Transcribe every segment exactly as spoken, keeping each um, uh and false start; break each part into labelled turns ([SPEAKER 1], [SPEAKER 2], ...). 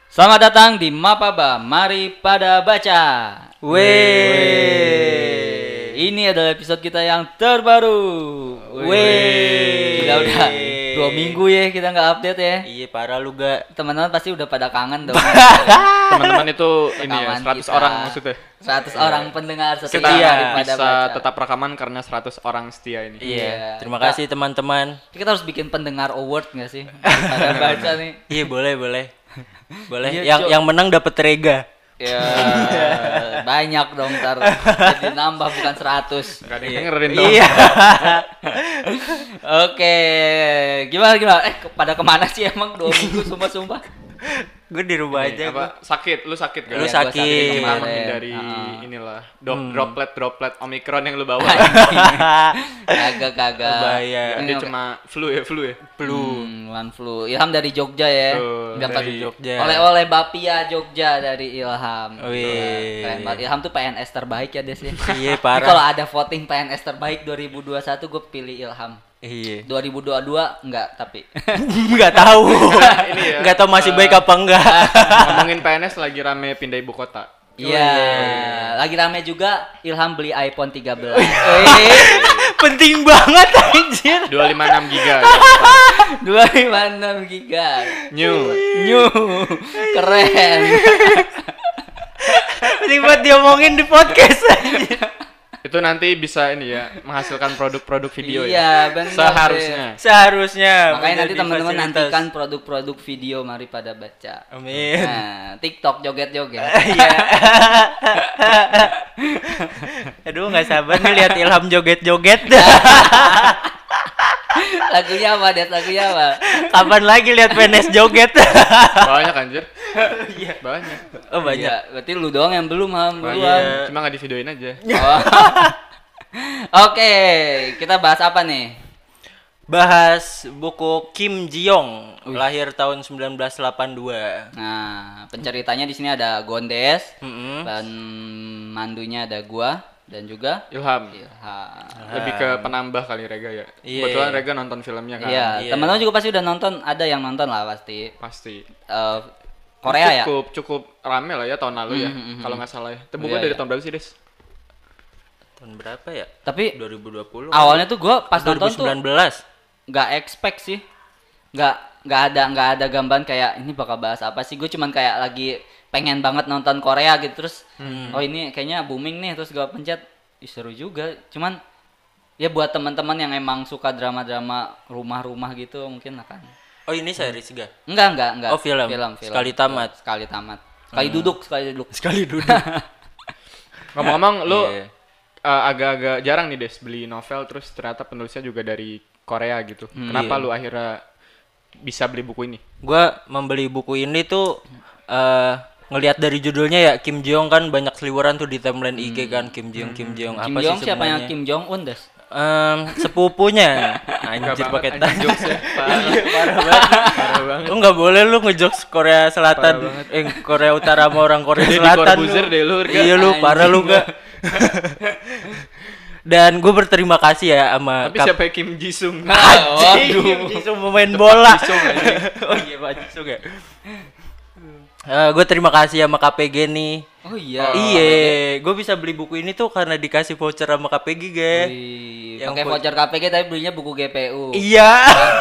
[SPEAKER 1] Selamat datang di Mapaba, mari pada baca.
[SPEAKER 2] Weh.
[SPEAKER 1] Ini adalah episode kita yang terbaru.
[SPEAKER 2] Weh.
[SPEAKER 1] Kita udah dua minggu ya kita nggak update ya.
[SPEAKER 2] Iya parah lu gak.
[SPEAKER 1] Teman-teman pasti udah pada kangen dong.
[SPEAKER 3] Teman-teman itu ini ya
[SPEAKER 1] Rekaman
[SPEAKER 3] seratus
[SPEAKER 1] kita.
[SPEAKER 3] orang maksudnya.
[SPEAKER 1] seratus orang pendengar setia
[SPEAKER 3] Kita
[SPEAKER 1] daripada
[SPEAKER 3] bisa
[SPEAKER 1] baca.
[SPEAKER 3] tetap rekaman karena seratus orang setia ini.
[SPEAKER 1] Iya.
[SPEAKER 2] Terima
[SPEAKER 1] Kita-
[SPEAKER 2] kasih teman-teman.
[SPEAKER 1] Kita harus bikin pendengar award nggak sih? Pada baca nih.
[SPEAKER 2] Iya boleh boleh. Boleh.
[SPEAKER 1] Iya,
[SPEAKER 2] yang
[SPEAKER 1] Jo.
[SPEAKER 2] yang menang dapat rega.
[SPEAKER 1] Ya banyak dong ntar. Jadi nambah bukan seratus.
[SPEAKER 3] Gak ada yang dengerin dong.
[SPEAKER 2] Iya.
[SPEAKER 1] Oke, gimana gimana? Eh, ke- pada kemana sih emang dua minggu sumpah-sumpah?
[SPEAKER 2] Gue di rumah
[SPEAKER 3] Ini,
[SPEAKER 2] aja.
[SPEAKER 3] apa, sakit, lu sakit kan?
[SPEAKER 2] Lu
[SPEAKER 1] Iya, gua
[SPEAKER 2] sakit.
[SPEAKER 1] kemarin.
[SPEAKER 3] Kita menghindari
[SPEAKER 1] Ah.
[SPEAKER 3] inilah dop, droplet droplet omikron yang lu bawa.
[SPEAKER 1] Kagak kagak.
[SPEAKER 2] Bahaya.
[SPEAKER 3] Dia cuma flu ya, flu ya.
[SPEAKER 1] Flu. Hmm, one flu. Ilham dari Jogja ya.
[SPEAKER 3] Tuh,
[SPEAKER 1] Dapat
[SPEAKER 2] dari Jogja.
[SPEAKER 1] oleh-oleh Bapia Jogja dari Ilham.
[SPEAKER 2] Wih.
[SPEAKER 1] Keren banget. Ilham tuh P N S terbaik ya Des ya.
[SPEAKER 2] Iya
[SPEAKER 1] Ini
[SPEAKER 2] parah.
[SPEAKER 1] kalau ada voting P N S terbaik dua ribu dua puluh satu gue pilih Ilham.
[SPEAKER 2] Iya.
[SPEAKER 1] dua ribu dua puluh dua enggak tapi.
[SPEAKER 2] Enggak tahu.
[SPEAKER 3] Ini ya,
[SPEAKER 2] Enggak tahu masih
[SPEAKER 3] eh,
[SPEAKER 2] baik apa enggak.
[SPEAKER 3] Ngomongin P N S lagi rame pindah ibu kota.
[SPEAKER 1] Iya, lagi rame juga Ilham beli iPhone tiga belas.
[SPEAKER 2] Penting banget anjir.
[SPEAKER 3] dua ratus lima puluh enam giga.
[SPEAKER 1] dua ratus lima puluh enam giga.
[SPEAKER 3] New.
[SPEAKER 1] New. Keren.
[SPEAKER 2] Penting banget diomongin di podcast anjir.
[SPEAKER 3] Itu nanti bisa ini ya, menghasilkan produk-produk video
[SPEAKER 1] Iya,
[SPEAKER 3] ya.
[SPEAKER 1] benar.
[SPEAKER 3] Seharusnya.
[SPEAKER 2] Seharusnya.
[SPEAKER 1] Makanya nanti
[SPEAKER 2] menjadi
[SPEAKER 1] teman-teman
[SPEAKER 2] fasilitas.
[SPEAKER 1] nantikan produk-produk video mari pada baca.
[SPEAKER 2] Amin.
[SPEAKER 1] Nah, TikTok joget-joget.
[SPEAKER 2] Iya. Aduh nggak sabar nih lihat Ilham joget-joget.
[SPEAKER 1] Lagunya apa, Des? Lagunya apa?
[SPEAKER 2] Kapan lagi lihat P N S joget?
[SPEAKER 3] Banyak anjir.
[SPEAKER 2] Iya.
[SPEAKER 3] Banyak.
[SPEAKER 2] Oh banyak.
[SPEAKER 1] Iya, berarti lu doang yang belum, Ham.
[SPEAKER 3] Banyak.
[SPEAKER 1] Belum.
[SPEAKER 3] Cuma nggak di videoin aja.
[SPEAKER 1] Oh. Oke, kita bahas apa nih?
[SPEAKER 2] Bahas buku Kim Ji Young, lahir tahun sembilan belas delapan puluh dua.
[SPEAKER 1] Nah, penceritanya di sini ada Gondes,
[SPEAKER 2] Mm-mm.
[SPEAKER 1] dan mandunya ada gua dan juga
[SPEAKER 3] Ilham.
[SPEAKER 1] Ilham.
[SPEAKER 3] Lebih ke penambah kali Rega ya.
[SPEAKER 2] Iya.
[SPEAKER 3] Kebetulan Rega nonton filmnya kan.
[SPEAKER 1] Iya,
[SPEAKER 2] Iya.
[SPEAKER 1] teman-teman juga pasti udah nonton, ada yang nonton lah pasti.
[SPEAKER 3] Pasti.
[SPEAKER 1] Eh, Korea ya?
[SPEAKER 3] Cukup cukup rame lah ya tahun lalu ya.
[SPEAKER 1] Mhm, mhm,
[SPEAKER 3] Kalau
[SPEAKER 1] mhm.
[SPEAKER 3] nggak salah ya. Itu
[SPEAKER 1] Iya,
[SPEAKER 3] buku dari
[SPEAKER 1] iya.
[SPEAKER 3] tahun berapa sih, Des?
[SPEAKER 2] Tahun berapa ya?
[SPEAKER 1] Tapi
[SPEAKER 2] dua ribu dua puluh.
[SPEAKER 1] awalnya tuh gua pas
[SPEAKER 2] dua ribu
[SPEAKER 1] nonton tuh
[SPEAKER 2] sembilan belas.
[SPEAKER 1] nggak expect sih, nggak nggak ada nggak ada gambaran kayak ini bakal bahas apa sih. Gue cuman kayak lagi pengen banget nonton Korea gitu, terus oh ini kayaknya booming nih, terus gue pencet, ih seru juga. Cuman ya buat teman-teman yang emang suka drama-drama rumah-rumah gitu mungkin akan.
[SPEAKER 2] Oh ini series ga?
[SPEAKER 1] Enggak enggak enggak.
[SPEAKER 2] Oh, film.
[SPEAKER 1] film, film.
[SPEAKER 2] Sekali tamat.
[SPEAKER 1] Sekali tamat. Sekali duduk, sekali duduk.
[SPEAKER 2] Sekali duduk.
[SPEAKER 3] Ngomong-ngomong lu
[SPEAKER 2] Iya.
[SPEAKER 3] uh, agak-agak jarang nih, Des, beli novel terus ternyata penulisnya juga dari Korea gitu. Kenapa
[SPEAKER 2] iya.
[SPEAKER 3] lu akhirnya bisa beli buku ini?
[SPEAKER 2] Gua membeli buku ini tuh eh ngelihat dari judulnya ya, Kim Ji Young kan banyak seliweran tuh di timeline I G kan, Kim Ji Young Kim Ji Young
[SPEAKER 1] Kim
[SPEAKER 2] apa
[SPEAKER 1] Jong
[SPEAKER 2] sih
[SPEAKER 1] siapa yang
[SPEAKER 2] sebenarnya?
[SPEAKER 1] Kim Jong Un, Des?
[SPEAKER 2] Em, sepupunya. Anjir
[SPEAKER 3] Enggak
[SPEAKER 2] pakai
[SPEAKER 3] banget, anjing,
[SPEAKER 2] tanya.
[SPEAKER 3] jokesnya. Parah.
[SPEAKER 2] Parah banget.
[SPEAKER 3] Parah banget.
[SPEAKER 2] Lu nggak boleh lu ngejokes Korea Selatan,
[SPEAKER 3] Parah banget.
[SPEAKER 2] eh Korea Utara sama orang Korea
[SPEAKER 3] Deddy
[SPEAKER 2] Selatan.
[SPEAKER 3] Corbuzier deh lu, Rga.
[SPEAKER 2] Iya lu, parah lu
[SPEAKER 1] Anjing.
[SPEAKER 2] gak. Dan gue berterima kasih ya sama
[SPEAKER 3] Tapi
[SPEAKER 2] Kap-
[SPEAKER 3] siapa yang Kim Ji Sung?
[SPEAKER 2] Anjing,
[SPEAKER 1] Waduh.
[SPEAKER 2] Jisung pemain bola.
[SPEAKER 3] Jisung, anjing.
[SPEAKER 2] Oh iya Pak Jisung ya. gue terima kasih sama K P G nih.
[SPEAKER 1] Oh iya.
[SPEAKER 2] Iya, gue bisa beli buku ini tuh karena dikasih voucher sama K P G, ge.
[SPEAKER 1] Wih,
[SPEAKER 2] Yang
[SPEAKER 1] pakai
[SPEAKER 2] vo-
[SPEAKER 1] voucher K P G tapi belinya buku G P U.
[SPEAKER 2] Iya.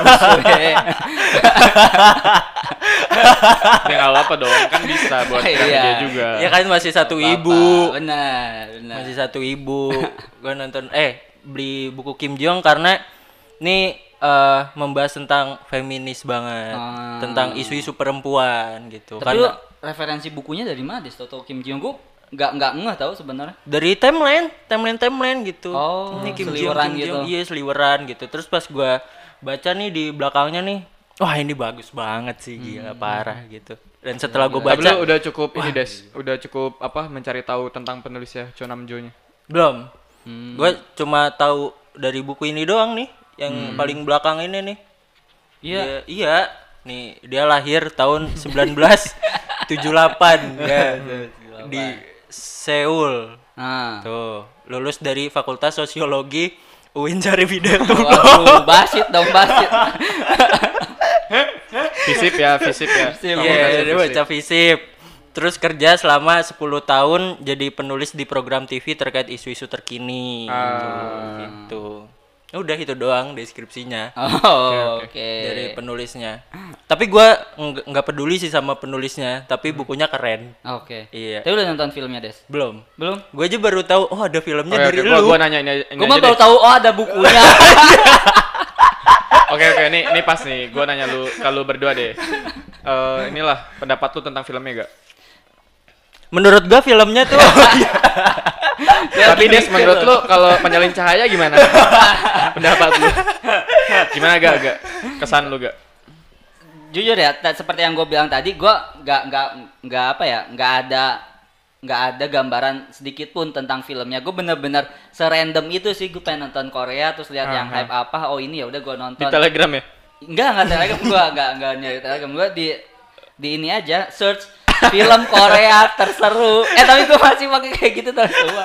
[SPEAKER 3] Ya nggak apa dong, kan bisa buat
[SPEAKER 1] Iya.
[SPEAKER 3] dia juga.
[SPEAKER 2] Ya kan masih satu
[SPEAKER 1] Apa-apa.
[SPEAKER 2] ibu.
[SPEAKER 1] Benar, benar.
[SPEAKER 2] Masih satu ibu. Gue nonton eh beli buku Kim Ji Young karena nih eh, membahas tentang feminis banget,
[SPEAKER 1] Ah.
[SPEAKER 2] tentang isu-isu perempuan gitu.
[SPEAKER 1] Tapi lu
[SPEAKER 2] Karena
[SPEAKER 1] referensi bukunya dari mana, Des? Toto Kim Ji Young? Gua nggak nggak ngeh tahu sebenarnya.
[SPEAKER 2] dari timeline, timeline timeline gitu.
[SPEAKER 1] Oh,
[SPEAKER 2] ini Kim Ji Young,
[SPEAKER 1] seliweran
[SPEAKER 2] Kim Ji
[SPEAKER 1] gitu.
[SPEAKER 2] Young, iya seliweran gitu. Terus pas gua baca nih di belakangnya nih, wah ini bagus banget sih, gila
[SPEAKER 1] Hmm.
[SPEAKER 2] parah gitu. Dan setelah gua
[SPEAKER 3] Tapi
[SPEAKER 2] baca,
[SPEAKER 3] lu udah cukup ini, Des. Udah cukup apa mencari tahu tentang penulisnya Cho Nam Jo-nya.
[SPEAKER 2] belum.
[SPEAKER 1] Hmm.
[SPEAKER 2] Gua cuma tahu dari buku ini doang nih, yang paling belakang ini nih.
[SPEAKER 1] Iya.
[SPEAKER 2] Dia- iya. Nih, dia lahir tahun sembilan belas tujuh puluh delapan ya, di Seoul.
[SPEAKER 1] Nah.
[SPEAKER 2] Tuh, lulus dari Fakultas Sosiologi U I N Syarif Hidayatullah.
[SPEAKER 1] Waduh, basit dong, basit.
[SPEAKER 3] Visip ya, visip ya.
[SPEAKER 1] Visip.
[SPEAKER 2] Iya,
[SPEAKER 3] Fakultas
[SPEAKER 2] dia baca FISIP. Terus kerja selama sepuluh tahun jadi penulis di program T V terkait isu-isu terkini.
[SPEAKER 3] Ah.
[SPEAKER 2] Gitu. Udah itu doang deskripsinya
[SPEAKER 1] Oh, oke.
[SPEAKER 2] dari penulisnya. Tapi gua nggak nggak peduli sih sama penulisnya, tapi bukunya keren.
[SPEAKER 1] Oke.
[SPEAKER 2] Iya.
[SPEAKER 1] Tapi udah nonton filmnya, Des?
[SPEAKER 2] Belum.
[SPEAKER 1] Belum?
[SPEAKER 2] Gue aja baru tahu oh ada filmnya
[SPEAKER 3] Oke,
[SPEAKER 2] dari
[SPEAKER 3] oke, gua,
[SPEAKER 2] lu.
[SPEAKER 3] gua nanya ini, ini
[SPEAKER 1] Gue mah
[SPEAKER 3] aja
[SPEAKER 1] baru
[SPEAKER 3] deh.
[SPEAKER 1] tahu oh ada bukunya.
[SPEAKER 3] Oke oke, ini ini pas nih. Gua nanya lu kalau berdua deh. Eh inilah pendapat lu tentang filmnya gak?
[SPEAKER 2] Menurut gua filmnya tuh
[SPEAKER 3] Tapi Des, menurut lu kalau penyalin cahaya gimana? Pendapat lu? Gimana gak gak? Kesan lu gak?
[SPEAKER 1] Jujur ya, ta- seperti yang gue bilang tadi, gue nggak nggak nggak apa ya, nggak ada nggak ada gambaran sedikit pun tentang filmnya. Gue bener-bener serandom itu sih, gue pengen nonton Korea terus lihat yang
[SPEAKER 3] Aha.
[SPEAKER 1] hype apa, oh ini ya udah gue
[SPEAKER 3] Di
[SPEAKER 1] nonton.
[SPEAKER 3] Telegram ya?
[SPEAKER 1] Enggak, enggak Telegram gua, enggak enggak nyari Telegram gua di di ini aja search film Korea terseru. Eh tapi gua masih pakai kayak gitu terus semua.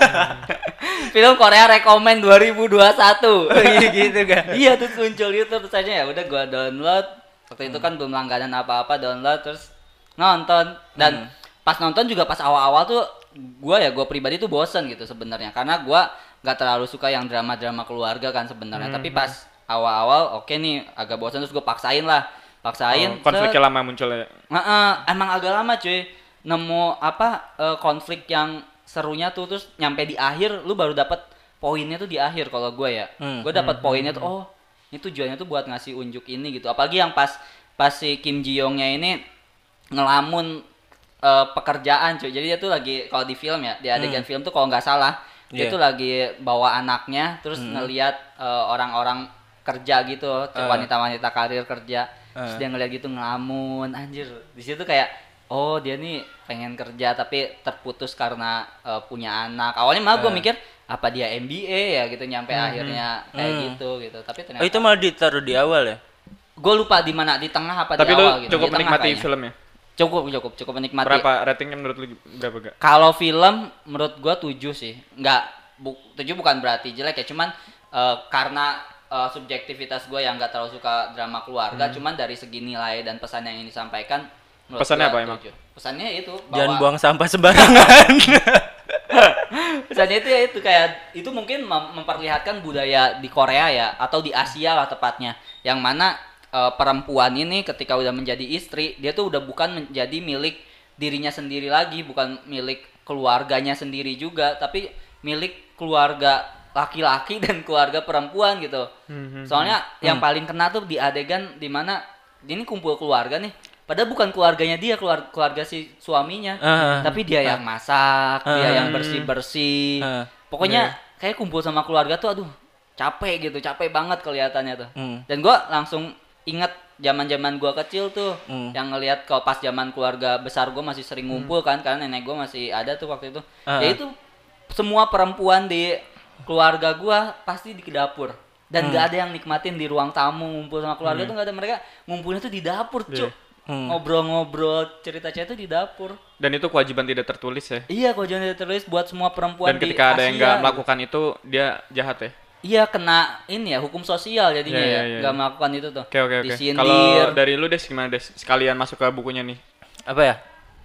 [SPEAKER 1] Film Korea rekomen dua ribu dua puluh satu.
[SPEAKER 2] gitu kan.
[SPEAKER 1] Iya terus muncul YouTube terus aja ya udah gua download. Waktu itu kan belum langganan apa-apa, download terus nonton dan pas nonton juga pas awal-awal tuh gua ya gua pribadi tuh bosen gitu sebenarnya karena gua nggak terlalu suka yang drama-drama keluarga kan sebenarnya. Tapi pas awal-awal oke nih agak bosan terus gue paksain lah paksain
[SPEAKER 3] Oh, konfliknya
[SPEAKER 1] set.
[SPEAKER 3] lama munculnya.
[SPEAKER 1] Heeh, emang agak lama cuy nemu apa eh, konflik yang serunya tuh terus nyampe di akhir lu baru dapat poinnya tuh di akhir kalau gue ya
[SPEAKER 2] Hmm.
[SPEAKER 1] gue dapat poinnya tuh oh ini tujuannya tuh buat ngasih unjuk ini gitu apalagi yang pas pas si Kim Ji Youngnya ini ngelamun eh, pekerjaan cuy jadi dia tuh lagi kalau di film ya di adegan film tuh kalau nggak salah dia
[SPEAKER 2] Yeah.
[SPEAKER 1] tuh lagi bawa anaknya terus ngelihat eh, orang-orang kerja gitu
[SPEAKER 2] Uh.
[SPEAKER 1] wanita-wanita karir kerja terus
[SPEAKER 2] Uh.
[SPEAKER 1] dia ngeliat gitu ngelamun anjir di situ kayak oh dia nih pengen kerja tapi terputus karena eh, punya anak awalnya malah gue
[SPEAKER 2] Uh.
[SPEAKER 1] mikir apa dia M B A ya gitu nyampe akhirnya kayak
[SPEAKER 2] Hmm.
[SPEAKER 1] gitu gitu tapi ternyata
[SPEAKER 2] Oh itu malah ditaruh di awal ya?
[SPEAKER 1] gue lupa di mana di tengah apa
[SPEAKER 3] Tapi
[SPEAKER 1] di
[SPEAKER 3] lu
[SPEAKER 1] awal gitu
[SPEAKER 3] cukup
[SPEAKER 1] di tengah
[SPEAKER 3] menikmati
[SPEAKER 1] kayaknya.
[SPEAKER 3] filmnya.
[SPEAKER 1] cukup cukup cukup menikmati
[SPEAKER 3] Berapa ratingnya menurut lu berapa gak?
[SPEAKER 1] kalau film menurut gua tujuh sih. Nggak bu, tujuh bukan berarti jelek ya, cuman eh, karena eh, subjektivitas gua yang nggak terlalu suka drama keluarga, cuman dari segi nilai dan pesan yang ingin disampaikan menurut
[SPEAKER 3] Pesannya
[SPEAKER 1] gua
[SPEAKER 3] apa emang?
[SPEAKER 1] tujuh. Pesannya itu
[SPEAKER 2] Jangan
[SPEAKER 1] bahwa
[SPEAKER 2] buang sampah sembarangan.
[SPEAKER 1] pesannya itu ya itu kayak itu mungkin mem- memperlihatkan budaya di Korea ya atau di Asia lah tepatnya. Yang mana eh, perempuan ini ketika udah menjadi istri, dia tuh udah bukan menjadi milik dirinya sendiri lagi, bukan milik keluarganya sendiri juga, tapi milik keluarga laki-laki dan keluarga perempuan gitu. Soalnya yang paling kena tuh di adegan dimana ini kumpul keluarga nih, padahal bukan keluarganya dia, keluarga, keluarga si suaminya,
[SPEAKER 2] Ah.
[SPEAKER 1] tapi dia yang masak, dia
[SPEAKER 2] Ah.
[SPEAKER 1] yang bersih-bersih.
[SPEAKER 2] Ah.
[SPEAKER 1] Pokoknya kayak kumpul sama keluarga tuh aduh capek gitu, capek banget kelihatannya tuh.
[SPEAKER 2] Hmm.
[SPEAKER 1] Dan gua langsung inget zaman-zaman gua kecil tuh
[SPEAKER 2] Hmm.
[SPEAKER 1] yang ngelihat kalau pas zaman keluarga besar gua masih sering ngumpul kan karena nenek gua masih ada tuh waktu itu.
[SPEAKER 2] Ah.
[SPEAKER 1] Ya itu semua perempuan di keluarga gua pasti di dapur dan nggak ada yang nikmatin di ruang tamu ngumpul sama keluarga tuh nggak ada mereka ngumpulnya tuh di dapur cuk
[SPEAKER 2] Hmm.
[SPEAKER 1] ngobrol-ngobrol cerita-cerita tuh di dapur.
[SPEAKER 3] Dan itu kewajiban tidak tertulis ya.
[SPEAKER 1] Iya kalau jangan tertulis buat semua perempuan
[SPEAKER 3] Dan
[SPEAKER 1] di
[SPEAKER 3] ketika ada yang
[SPEAKER 1] Asia.
[SPEAKER 3] nggak melakukan itu dia jahat ya.
[SPEAKER 1] Iya kena ini ya hukum sosial jadinya
[SPEAKER 3] Iya,
[SPEAKER 1] ya
[SPEAKER 3] iya, iya.
[SPEAKER 1] nggak melakukan itu tuh.
[SPEAKER 3] Oke oke oke.
[SPEAKER 1] Disindir.
[SPEAKER 3] Kalau dari lu Des gimana Des? Sekalian masuk ke bukunya nih.
[SPEAKER 2] Apa ya?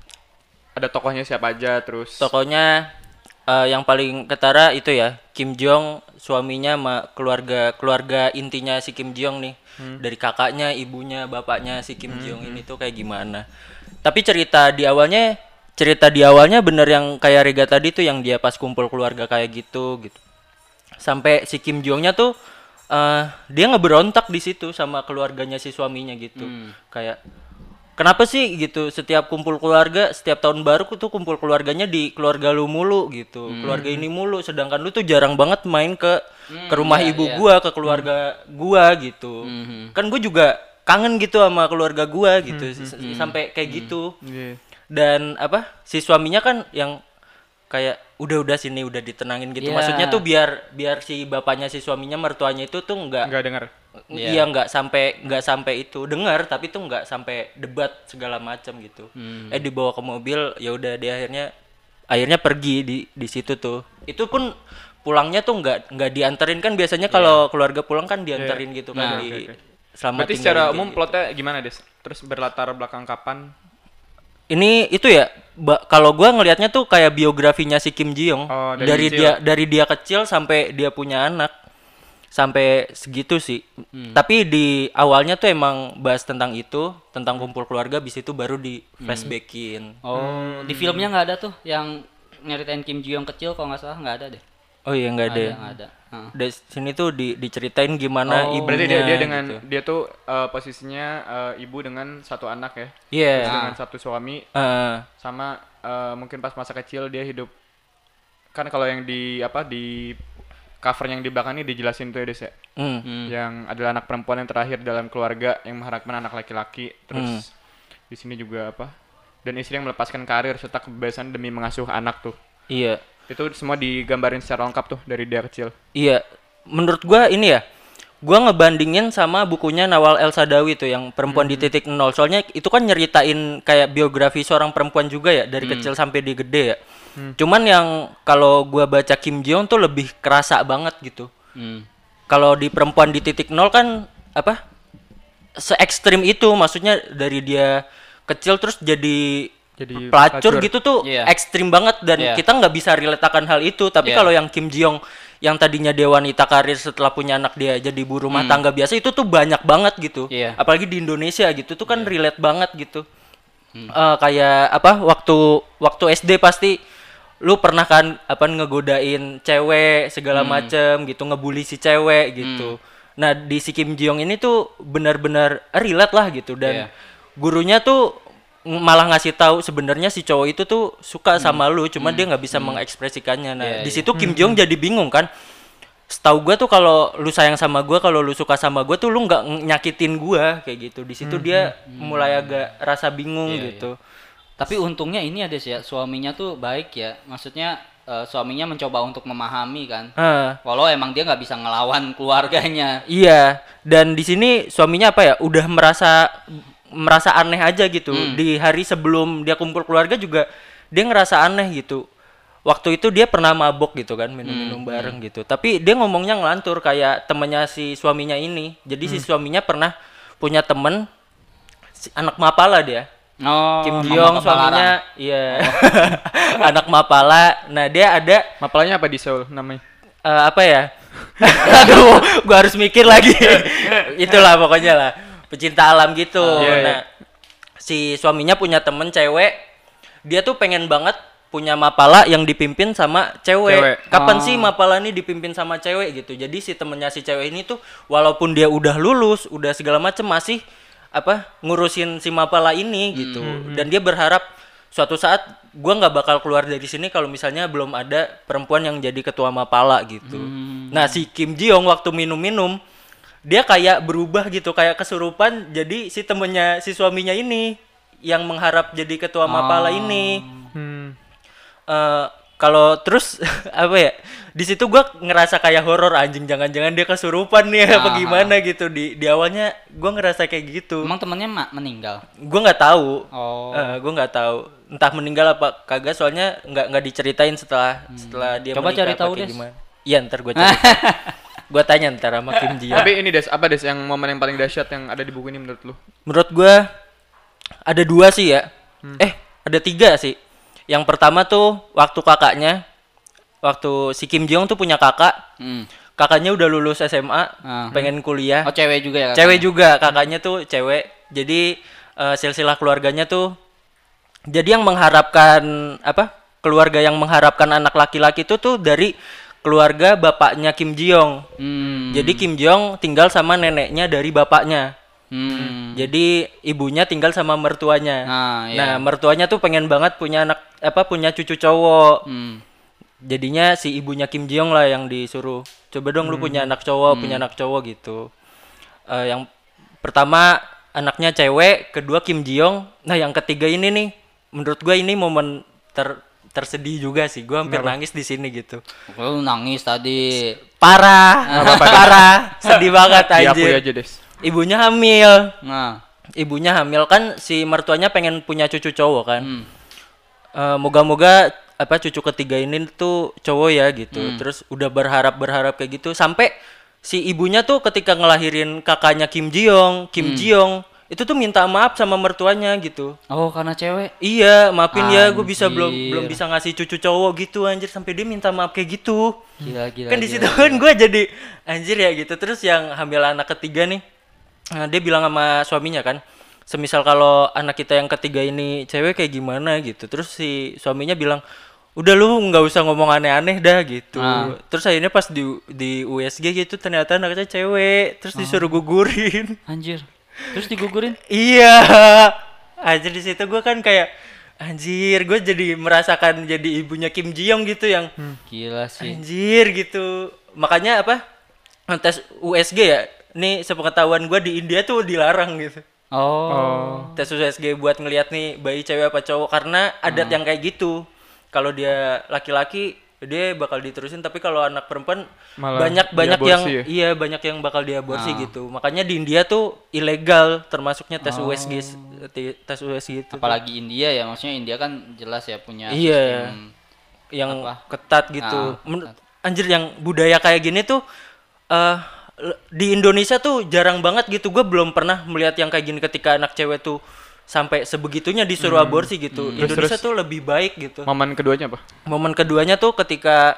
[SPEAKER 3] Ada tokohnya siapa aja terus.
[SPEAKER 2] Tokonya eh, yang paling ketara itu ya Kim Jong, suaminya sama keluarga keluarga intinya si Kim Jong nih. Dari kakaknya, ibunya, bapaknya si Kim Jong ini tuh kayak gimana. Tapi cerita di awalnya cerita di awalnya bener yang kayak Rega tadi tuh yang dia pas kumpul keluarga kayak gitu gitu. Sampai si Kim Jongnya tuh eh, dia ngeberontak di situ sama keluarganya si suaminya gitu. Kayak kenapa sih gitu setiap kumpul keluarga setiap tahun baru tuh kumpul keluarganya di keluarga lu mulu gitu. Keluarga ini mulu sedangkan lu tuh jarang banget main ke ke rumah
[SPEAKER 1] iya,
[SPEAKER 2] ibu
[SPEAKER 1] iya.
[SPEAKER 2] gua, ke keluarga gua gitu. Kan gua juga kangen gitu sama keluarga gua gitu. S- Sampai kayak gitu.
[SPEAKER 3] Iya.
[SPEAKER 2] Dan apa? Si suaminya kan yang kayak udah-udah sini udah ditenangin gitu.
[SPEAKER 1] Iya.
[SPEAKER 2] Maksudnya tuh biar biar si bapaknya si suaminya mertuanya itu tuh enggak
[SPEAKER 3] Nggak dengar.
[SPEAKER 1] Iya.
[SPEAKER 2] iya nggak sampai nggak sampai itu dengar tapi tuh nggak sampai debat segala macam gitu. Eh dibawa ke mobil ya udah dia akhirnya akhirnya pergi di di situ tuh. Itu pun pulangnya tuh nggak nggak dianterin kan biasanya kalau keluarga pulang kan dianterin gitu kan
[SPEAKER 1] Nah,
[SPEAKER 2] di
[SPEAKER 3] oke, oke.
[SPEAKER 2] selama
[SPEAKER 3] Berarti
[SPEAKER 2] tinggal
[SPEAKER 3] secara
[SPEAKER 2] kayak
[SPEAKER 3] umum
[SPEAKER 2] gitu.
[SPEAKER 3] plotnya gimana Des? Terus berlatar belakang kapan?
[SPEAKER 2] Ini itu ya, ba- kalau gua ngelihatnya tuh kayak biografinya si Kim Ji Young
[SPEAKER 3] Oh, dari
[SPEAKER 2] dari,
[SPEAKER 3] kecil.
[SPEAKER 2] dia dari dia kecil sampai dia punya anak sampai segitu sih. Tapi di awalnya tuh emang bahas tentang itu, tentang kumpul keluarga, bis itu baru di flashbackin.
[SPEAKER 1] Oh, di filmnya nggak ada tuh yang nyeritain Kim Ji Young kecil, kalau nggak salah nggak ada deh.
[SPEAKER 2] Oh iya nggak ada.
[SPEAKER 1] Ada,
[SPEAKER 2] ya?
[SPEAKER 1] nggak ada. Heeh.
[SPEAKER 2] Dari sini tuh di, diceritain gimana
[SPEAKER 1] Oh,
[SPEAKER 2] ibunya.
[SPEAKER 3] Berarti dia dia dengan
[SPEAKER 2] gitu.
[SPEAKER 3] dia tuh eh, posisinya eh, ibu dengan satu anak ya.
[SPEAKER 2] Iya.
[SPEAKER 3] Terus dengan satu suami
[SPEAKER 2] Eh,
[SPEAKER 3] sama eh, mungkin pas masa kecil dia hidup kan kalau yang di apa di cover yang di belakang ini dijelasin tuh ya Des ya.
[SPEAKER 2] hmm.
[SPEAKER 1] Hmm.
[SPEAKER 3] Yang adalah anak perempuan yang terakhir dalam keluarga yang mengharapkan anak laki-laki. Terus di sini juga apa? Dan istri yang melepaskan karir serta kebebasan demi mengasuh anak tuh.
[SPEAKER 2] Iya.
[SPEAKER 3] Itu semua digambarin secara lengkap tuh dari dia kecil.
[SPEAKER 2] Iya, menurut gua ini ya, gua ngebandingin sama bukunya Nawal El Sadawi tuh yang Perempuan di Titik Nol. Soalnya itu kan nyeritain kayak biografi seorang perempuan juga ya dari kecil sampai dia gede ya. Cuman yang kalau gua baca Kim Ji Young tuh lebih kerasa banget gitu.
[SPEAKER 1] Hmm.
[SPEAKER 2] Kalau di Perempuan di Titik Nol kan apa? Se ekstrim itu, maksudnya dari dia kecil terus jadi
[SPEAKER 3] Jadi
[SPEAKER 2] pelacur gitu tuh
[SPEAKER 1] Iya.
[SPEAKER 2] ekstrim banget dan
[SPEAKER 1] Iya.
[SPEAKER 2] kita nggak bisa relate akan hal itu. Tapi
[SPEAKER 1] Iya.
[SPEAKER 2] kalau yang Kim Ji Young yang tadinya dia wanita karir setelah punya anak dia jadi ibu rumah tangga biasa itu tuh banyak banget gitu.
[SPEAKER 1] Iya.
[SPEAKER 2] Apalagi di Indonesia gitu tuh kan relate banget gitu. Eh, kayak apa waktu waktu S D pasti lu pernah kan apa ngegodain cewek segala macem gitu, ngebully si cewek gitu. Nah di si Kim Ji Young ini tuh benar-benar relate lah gitu dan
[SPEAKER 1] Iya.
[SPEAKER 2] gurunya tuh ng- malah ngasih tahu sebenarnya si cowok itu tuh suka sama lu, cuma dia nggak bisa mengekspresikannya. Nah
[SPEAKER 1] Iya,
[SPEAKER 2] di
[SPEAKER 1] iya.
[SPEAKER 2] situ Kim Ji Young jadi bingung kan. Setahu gua tuh kalau lu sayang sama gua, kalau lu suka sama gua tuh lu nggak ng- nyakitin gua kayak gitu. Di situ dia mulai agak rasa bingung
[SPEAKER 1] Iya,
[SPEAKER 2] gitu.
[SPEAKER 1] Tapi untungnya ini ada sih ya, suaminya tuh baik ya. Maksudnya eh, suaminya mencoba untuk memahami kan.
[SPEAKER 2] Ah.
[SPEAKER 1] Walau emang dia nggak bisa ngelawan keluarganya.
[SPEAKER 2] Iya, dan di sini suaminya apa ya? Udah merasa merasa aneh aja gitu. Di hari sebelum dia kumpul keluarga juga dia ngerasa aneh gitu. Waktu itu dia pernah mabok gitu kan, minum-minum bareng gitu. Tapi dia ngomongnya ngelantur kayak temennya si suaminya ini. Jadi si suaminya pernah punya temen si anak mapala dia.
[SPEAKER 1] Oh,
[SPEAKER 2] Kim Ji
[SPEAKER 1] mama
[SPEAKER 2] Young
[SPEAKER 1] kepalaran.
[SPEAKER 2] suaminya, iya. Anak mapala. Nah, dia ada
[SPEAKER 3] Mapalanya apa di Seoul namanya?
[SPEAKER 2] eh, apa ya? Aduh, gua harus mikir lagi. Itulah pokoknya lah, pecinta alam gitu.
[SPEAKER 3] Iya, iya.
[SPEAKER 2] Nah, si suaminya punya temen cewek, dia tuh pengen banget punya mapala yang dipimpin sama cewek.
[SPEAKER 3] Cewek.
[SPEAKER 2] Kapan
[SPEAKER 1] Oh.
[SPEAKER 2] sih mapala ini dipimpin sama cewek gitu. Jadi si temennya si cewek ini tuh walaupun dia udah lulus, udah segala macem masih apa ngurusin si mapala ini gitu. Dan dia berharap suatu saat gua nggak bakal keluar dari sini kalau misalnya belum ada perempuan yang jadi ketua mapala gitu. Nah, si Kim Ji Young waktu minum-minum dia kayak berubah gitu, kayak kesurupan jadi si temennya si suaminya ini yang mengharap jadi ketua mapala ini.
[SPEAKER 3] Hmm.
[SPEAKER 2] Eh, kalau terus apa ya? Di situ gua ngerasa kayak horor, anjing, jangan-jangan dia kesurupan nih apa
[SPEAKER 1] Ah.
[SPEAKER 2] gimana gitu. Di di awalnya gua ngerasa kayak gitu.
[SPEAKER 1] Emang temennya ma- meninggal.
[SPEAKER 2] Gua nggak tahu.
[SPEAKER 1] Oh.
[SPEAKER 2] Eh, gua nggak tahu entah meninggal apa kagak, soalnya nggak nggak diceritain setelah setelah dia
[SPEAKER 1] Coba
[SPEAKER 2] menikah
[SPEAKER 1] cari
[SPEAKER 2] apa
[SPEAKER 1] tahu,
[SPEAKER 2] kayak
[SPEAKER 1] Des.
[SPEAKER 2] gimana. Iya, ntar gua cari. Gua tanya ntar sama Kim Ji Young.
[SPEAKER 3] Tapi ini Des, apa Des yang momen yang paling dahsyat yang ada di buku ini menurut lu?
[SPEAKER 2] Menurut gua ada dua sih ya. Eh, ada tiga sih. Yang pertama tuh waktu kakaknya, waktu si Kim Ji Young tuh punya kakak,
[SPEAKER 1] Hmm.
[SPEAKER 2] kakaknya udah lulus S M A,
[SPEAKER 1] Ah.
[SPEAKER 2] pengen kuliah.
[SPEAKER 1] Oh, cewek juga ya?
[SPEAKER 2] Cewek juga, kakaknya tuh cewek. Jadi eh, silsilah keluarganya tuh jadi yang mengharapkan apa? Keluarga yang mengharapkan anak laki-laki itu tuh dari keluarga bapaknya Kim Ji Young.
[SPEAKER 1] Hmm.
[SPEAKER 2] Jadi Kim Ji Young tinggal sama neneknya dari bapaknya.
[SPEAKER 1] Hmm.
[SPEAKER 2] Jadi ibunya tinggal sama mertuanya.
[SPEAKER 1] Nah, iya.
[SPEAKER 2] Nah, mertuanya tuh pengen banget punya anak apa punya cucu cowok.
[SPEAKER 1] Hmm.
[SPEAKER 2] Jadinya si ibunya Kim Ji Young lah yang disuruh. Coba dong lu punya anak cowok, punya anak cowok gitu. Eh, yang pertama anaknya cewek, kedua Kim Ji Young. Nah, yang ketiga ini nih menurut gua ini momen ter tersedih juga sih. Gua hampir nangis di sini gitu.
[SPEAKER 1] Lu nangis tadi.
[SPEAKER 2] Parah, parah, sedih banget
[SPEAKER 3] Diakui
[SPEAKER 2] anjir.
[SPEAKER 3] aja Des.
[SPEAKER 2] Ibunya hamil.
[SPEAKER 1] Nah.
[SPEAKER 2] Ibunya hamil kan si mertuanya pengen punya cucu cowok kan.
[SPEAKER 1] Hmm.
[SPEAKER 2] Eh, moga-moga apa cucu ketiga ini tuh cowok ya gitu.
[SPEAKER 1] Hmm.
[SPEAKER 2] Terus udah berharap berharap kayak gitu sampai si ibunya tuh ketika ngelahirin kakaknya Kim Ji Young, Kim
[SPEAKER 1] Hmm.
[SPEAKER 2] Ji Young itu tuh minta maaf sama mertuanya gitu.
[SPEAKER 1] Oh, karena cewek.
[SPEAKER 2] Iya, maafin ya, gue bisa belum
[SPEAKER 1] Anjir.
[SPEAKER 2] belum bisa ngasih cucu cowok gitu anjir, sampai dia minta maaf kayak gitu.
[SPEAKER 1] Gila, gila.
[SPEAKER 2] Kan di
[SPEAKER 1] gila,
[SPEAKER 2] situ
[SPEAKER 1] gila.
[SPEAKER 2] kan gue jadi anjir ya gitu. Terus yang hamil anak ketiga nih, nah, dia bilang sama suaminya kan, semisal kalau anak kita yang ketiga ini cewek kayak gimana gitu. Terus si suaminya bilang, udah lu nggak usah ngomong aneh-aneh dah gitu.
[SPEAKER 1] Ah.
[SPEAKER 2] Terus akhirnya pas di di U S G gitu ternyata anaknya cewek, terus disuruh gugurin.
[SPEAKER 1] Anjir. Terus digugurin?
[SPEAKER 2] Iya, anjir di situ gue kan kayak anjir, gue jadi merasakan jadi ibunya Kim Ji Young gitu yang
[SPEAKER 1] Gila sih.
[SPEAKER 2] anjir gitu. Makanya apa? Tes U S G ya. Nih sepengetahuan gue di India tuh dilarang gitu.
[SPEAKER 1] Oh.
[SPEAKER 2] Tes U S G buat ngelihat nih bayi cewek apa cowok karena adat yang kayak gitu. Kalau dia laki-laki dia bakal diterusin, tapi kalau anak perempuan
[SPEAKER 3] Malah
[SPEAKER 2] banyak banyak yang
[SPEAKER 3] diaborsi ya?
[SPEAKER 2] iya banyak yang bakal diaborsi
[SPEAKER 1] Ah.
[SPEAKER 2] gitu. Makanya di India tuh ilegal termasuknya tes U S G s- ti- tes U S G itu.
[SPEAKER 1] Apalagi India ya, maksudnya India kan jelas ya punya
[SPEAKER 2] Iya.
[SPEAKER 1] sistem.
[SPEAKER 2] Yang
[SPEAKER 1] apa?
[SPEAKER 2] ketat gitu.
[SPEAKER 1] Ah,
[SPEAKER 2] Men- Anjir yang budaya kayak gini tuh eh l- di Indonesia tuh jarang banget gitu. Gue belum pernah melihat yang kayak gini ketika anak cewek tuh sampai sebegitunya disuruh aborsi gitu.
[SPEAKER 3] Terus-
[SPEAKER 2] Indonesia
[SPEAKER 3] terus-
[SPEAKER 2] tuh lebih baik gitu.
[SPEAKER 3] Momen keduanya apa?
[SPEAKER 2] Momen keduanya tuh ketika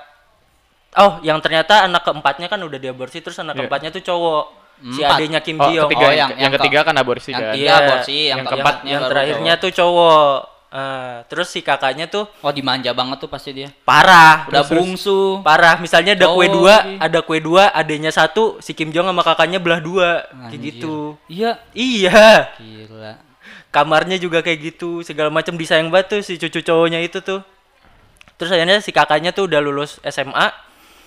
[SPEAKER 2] oh yang ternyata anak keempatnya kan udah diaborsi, terus anak
[SPEAKER 3] Iya.
[SPEAKER 2] keempatnya tuh cowok. Si
[SPEAKER 1] Empat.
[SPEAKER 2] adenya Kim
[SPEAKER 3] Oh,
[SPEAKER 2] Ji Young.
[SPEAKER 3] ketiga,
[SPEAKER 1] Oh,
[SPEAKER 3] yang,
[SPEAKER 1] yang-
[SPEAKER 3] yang,
[SPEAKER 1] yang ke-
[SPEAKER 3] ketiga kan aborsi
[SPEAKER 1] yang
[SPEAKER 3] kan.
[SPEAKER 1] tiga
[SPEAKER 2] Iya.
[SPEAKER 1] aborsi, yang,
[SPEAKER 3] Yang
[SPEAKER 1] keempat
[SPEAKER 2] yang
[SPEAKER 1] baru
[SPEAKER 2] terakhirnya
[SPEAKER 1] cowok.
[SPEAKER 2] tuh cowok. Ah, terus si kakaknya tuh
[SPEAKER 1] Oh, dimanja banget tuh pasti dia.
[SPEAKER 2] parah.
[SPEAKER 1] Udah
[SPEAKER 2] Terus-
[SPEAKER 1] bungsu.
[SPEAKER 2] Parah, misalnya ada kue
[SPEAKER 1] Cowok
[SPEAKER 2] dua,
[SPEAKER 1] lagi.
[SPEAKER 2] ada kue dua, adanya satu, si Kim Jong sama kakaknya belah dua, kayak
[SPEAKER 1] Anjir.
[SPEAKER 2] gitu.
[SPEAKER 1] Iya.
[SPEAKER 2] Iya,
[SPEAKER 1] Gila.
[SPEAKER 2] kamarnya juga kayak gitu, segala macam disayang banget tuh si cucu cowoknya itu tuh. Terus akhirnya si kakaknya tuh udah lulus S M A,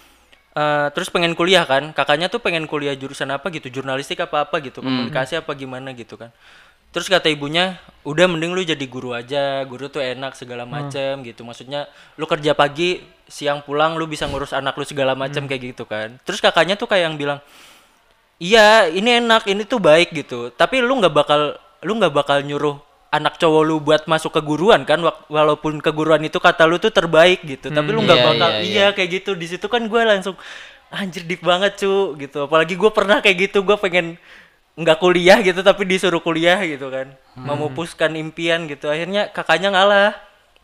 [SPEAKER 2] eh, terus pengen kuliah kan, kakaknya tuh pengen kuliah jurusan apa gitu, jurnalistik apa apa gitu, komunikasi apa gimana gitu kan. Terus kata ibunya, udah mending lu jadi guru aja, guru tuh enak segala macam gitu. Maksudnya lu kerja pagi, siang pulang lu bisa ngurus anak lu segala macam kayak gitu kan. Terus kakaknya tuh kayak yang bilang, iya ini enak, ini tuh baik gitu. Tapi lu nggak bakal, lu nggak bakal nyuruh anak cowok lu buat masuk ke guruan kan, wak- walaupun keguruan itu kata lu tuh terbaik gitu. Tapi lu nggak
[SPEAKER 1] iya,
[SPEAKER 2] bakal,
[SPEAKER 1] iya,
[SPEAKER 2] iya, kayak gitu. Di situ kan gue langsung anjir deep banget cu gitu. Apalagi gue pernah kayak gitu, gue pengen nggak kuliah gitu tapi disuruh kuliah gitu kan, memupuskan impian gitu. Akhirnya kakaknya ngalah,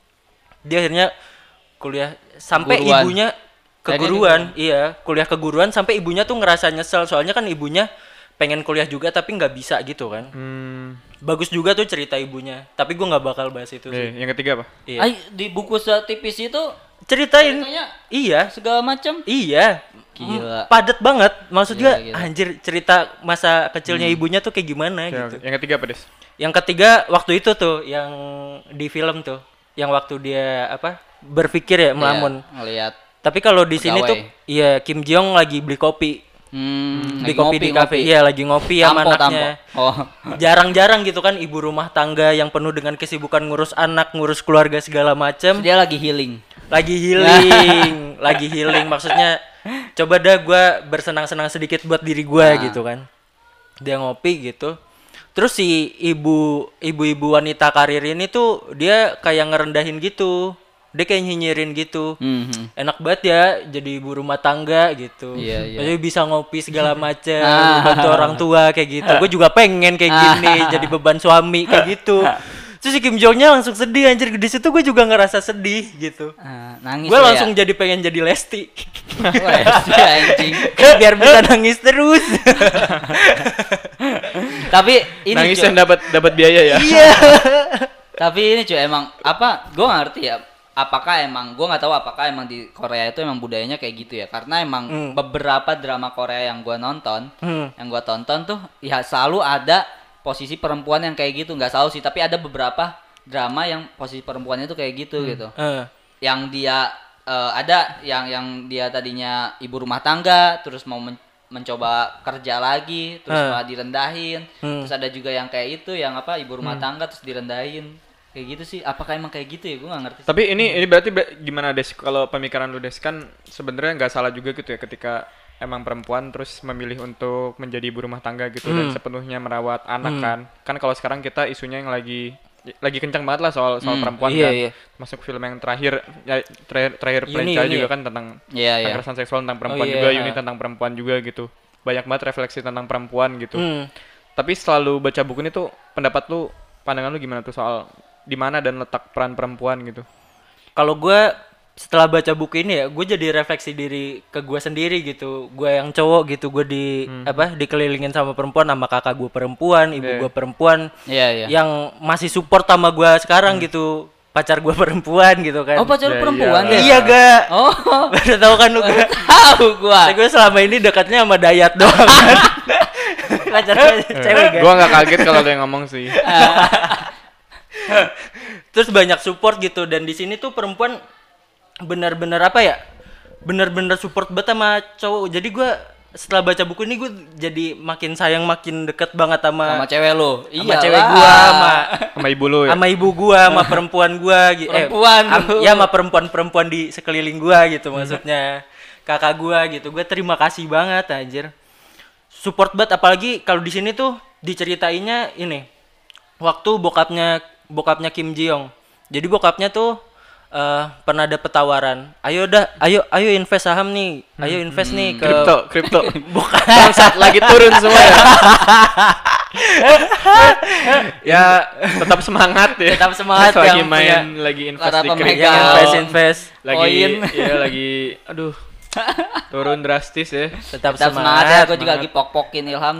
[SPEAKER 2] dia akhirnya kuliah sampai
[SPEAKER 1] Keguruan.
[SPEAKER 2] ibunya keguruan, iya kuliah keguruan sampai ibunya tuh ngerasa nyesel soalnya kan ibunya pengen kuliah juga tapi nggak bisa gitu kan.
[SPEAKER 3] Hmm.
[SPEAKER 2] Bagus juga tuh cerita ibunya, tapi gue nggak bakal bahas itu sih.
[SPEAKER 3] Eh, yang ketiga apa?
[SPEAKER 2] Iya.
[SPEAKER 1] Ay, di buku setipis itu
[SPEAKER 2] Ceritain,
[SPEAKER 1] ceritanya
[SPEAKER 2] iya,
[SPEAKER 1] segala macam.
[SPEAKER 2] iya,
[SPEAKER 1] Gila.
[SPEAKER 2] Mm, padat banget. Maksudnya
[SPEAKER 1] Gila, gila.
[SPEAKER 2] anjir cerita masa kecilnya ibunya tuh kayak gimana
[SPEAKER 3] Oke,
[SPEAKER 2] gitu.
[SPEAKER 3] oke. Yang ketiga apa, Des?
[SPEAKER 2] Yang ketiga waktu itu tuh yang di film tuh, yang waktu dia apa berpikir ya melamun.
[SPEAKER 1] Iya, ngelihat.
[SPEAKER 2] Tapi kalau di sini tuh,
[SPEAKER 1] Pegawai.
[SPEAKER 2] iya Kim Jong lagi beli kopi,
[SPEAKER 1] Hmm,
[SPEAKER 2] beli
[SPEAKER 1] lagi
[SPEAKER 2] kopi di kafe, iya lagi ngopi sama
[SPEAKER 1] Tampo,
[SPEAKER 2] anaknya.
[SPEAKER 1] tampo. Oh.
[SPEAKER 2] Jarang-jarang gitu kan ibu rumah tangga yang penuh dengan kesibukan ngurus anak, ngurus keluarga segala macem.
[SPEAKER 1] Dia lagi healing.
[SPEAKER 2] Lagi healing, lagi healing maksudnya coba dah gua bersenang-senang sedikit buat diri gua
[SPEAKER 1] Nah.
[SPEAKER 2] gitu kan. Dia ngopi gitu. Terus si ibu ibu-ibu wanita karir ini tuh dia kayak ngerendahin gitu. Dia kayak nyinyirin gitu.
[SPEAKER 1] Mhm.
[SPEAKER 2] Enak banget ya jadi ibu rumah tangga gitu.
[SPEAKER 1] Iya, iya.
[SPEAKER 2] Maksudnya bisa ngopi segala macam,
[SPEAKER 1] Ah.
[SPEAKER 2] bantu orang tua kayak gitu. Gue juga pengen kayak gini, jadi beban suami kayak gitu. Terus si Kim Jongnya langsung sedih anjir, di situ gue juga ngerasa sedih gitu.
[SPEAKER 1] Ah, nangis
[SPEAKER 2] Gue
[SPEAKER 1] lo
[SPEAKER 2] langsung
[SPEAKER 1] ya?
[SPEAKER 2] jadi pengen jadi Lesti.
[SPEAKER 1] Wah, si anjing.
[SPEAKER 2] Biar bisa nangis terus.
[SPEAKER 1] Tapi ini
[SPEAKER 3] Nangis
[SPEAKER 1] cuy,
[SPEAKER 3] yang dapat dapat biaya ya.
[SPEAKER 2] Iya.
[SPEAKER 1] tapi ini cuy emang apa? Gua nggak ngerti ya. Apakah emang gua nggak tahu apakah emang di Korea itu emang budayanya kayak gitu ya? Karena emang
[SPEAKER 2] Hmm.
[SPEAKER 1] beberapa drama Korea yang gua nonton,
[SPEAKER 2] Hmm.
[SPEAKER 1] yang gua tonton tuh ya selalu ada posisi perempuan yang kayak gitu. Nggak selalu sih, tapi ada beberapa drama yang posisi perempuannya tuh kayak gitu gitu.
[SPEAKER 2] Eh,
[SPEAKER 1] Yang dia eh, ada yang yang dia tadinya ibu rumah tangga terus mau men- mencoba kerja lagi terus
[SPEAKER 2] Eh.
[SPEAKER 1] malah direndahin.
[SPEAKER 2] Hmm.
[SPEAKER 1] Terus ada juga yang kayak itu yang apa ibu rumah tangga terus direndahin. Kayak gitu sih. Apakah emang kayak gitu ya? Gue nggak ngerti.
[SPEAKER 3] Tapi ini ini berarti ber- gimana, Des? Kalau pemikiran lu, Des, kan sebenarnya nggak salah juga gitu ya ketika emang perempuan terus memilih untuk menjadi ibu rumah tangga gitu dan
[SPEAKER 2] Hmm.
[SPEAKER 3] sepenuhnya merawat anak kan. Kan kalau sekarang kita isunya yang lagi lagi kencang banget lah soal soal
[SPEAKER 1] Hmm,
[SPEAKER 3] perempuan
[SPEAKER 2] iya,
[SPEAKER 3] kan.
[SPEAKER 2] iya.
[SPEAKER 3] Masuk film yang terakhir ya, terakhir terakhir
[SPEAKER 2] Yuni,
[SPEAKER 3] Prenca
[SPEAKER 2] Yuni
[SPEAKER 3] juga
[SPEAKER 2] ya?
[SPEAKER 3] kan tentang
[SPEAKER 1] Iya iya.
[SPEAKER 3] kekerasan seksual tentang perempuan
[SPEAKER 2] iya,
[SPEAKER 3] juga,
[SPEAKER 2] ha.
[SPEAKER 3] Yuni tentang perempuan juga gitu. banyak banget refleksi tentang perempuan gitu.
[SPEAKER 2] Hmm.
[SPEAKER 3] Tapi selalu baca buku ini tuh pendapat lu, pandangan lu gimana tuh soal di mana dan letak peran perempuan gitu?
[SPEAKER 2] Kalau gue setelah baca buku ini ya, gue jadi refleksi diri ke gue sendiri gitu. Gue yang cowok gitu, gue di hmm. apa dikelilingin sama perempuan, sama kakak gue perempuan, ibu
[SPEAKER 3] Yeah.
[SPEAKER 2] gue perempuan,
[SPEAKER 1] Iya, iya.
[SPEAKER 2] yang masih support sama gue sekarang hmm. gitu. Pacar gue perempuan gitu kan.
[SPEAKER 1] Oh, pacar
[SPEAKER 3] Ya,
[SPEAKER 1] perempuan
[SPEAKER 3] iyalah.
[SPEAKER 1] ya?
[SPEAKER 2] Iya gak?
[SPEAKER 1] Oh,
[SPEAKER 2] Baru tahu kan lu gue.
[SPEAKER 1] tahu gua.
[SPEAKER 2] Gue selama ini dekatnya sama Dayat doang kan. Pacar gue cewek kan.
[SPEAKER 3] Gua nggak kaget kalau ada yang ngomong sih.
[SPEAKER 2] Terus banyak support gitu, dan di sini tuh perempuan benar-benar apa ya? Benar-benar support banget sama cowok. Jadi gue setelah baca buku ini gue jadi makin sayang, makin deket banget sama
[SPEAKER 1] Sama cewek lu.
[SPEAKER 2] sama cewek gua, sama
[SPEAKER 3] Sama ibu lu ya.
[SPEAKER 2] sama ibu gua, sama perempuan gua gitu.
[SPEAKER 1] Perempuan
[SPEAKER 2] eh, am-
[SPEAKER 1] lu.
[SPEAKER 2] ya sama perempuan-perempuan di sekeliling gua gitu maksudnya. Kakak gua gitu. Gue terima kasih banget anjir. Support banget, apalagi kalau di sini tuh diceritainnya ini. Waktu bokapnya bokapnya Kim Ji Young. Jadi bokapnya tuh Uh, pernah dapet tawaran, ayo dah, ayo ayo invest saham nih, ayo invest nih ke
[SPEAKER 3] Kripto, kripto.
[SPEAKER 2] bukan
[SPEAKER 3] Bangsat lagi turun semua ya. Ya, tetap semangat ya.
[SPEAKER 2] Tetap semangat
[SPEAKER 3] lagi
[SPEAKER 2] yang
[SPEAKER 3] main,
[SPEAKER 2] punya
[SPEAKER 3] lagi invest
[SPEAKER 1] para
[SPEAKER 3] di
[SPEAKER 1] pemegang.
[SPEAKER 3] kripto.
[SPEAKER 2] yang invest invest
[SPEAKER 3] Lagi
[SPEAKER 1] koin.
[SPEAKER 3] ya lagi aduh. Turun drastis ya.
[SPEAKER 2] tetap,
[SPEAKER 1] Tetap semangat ya, gua juga lagi pok-pokin Ilham.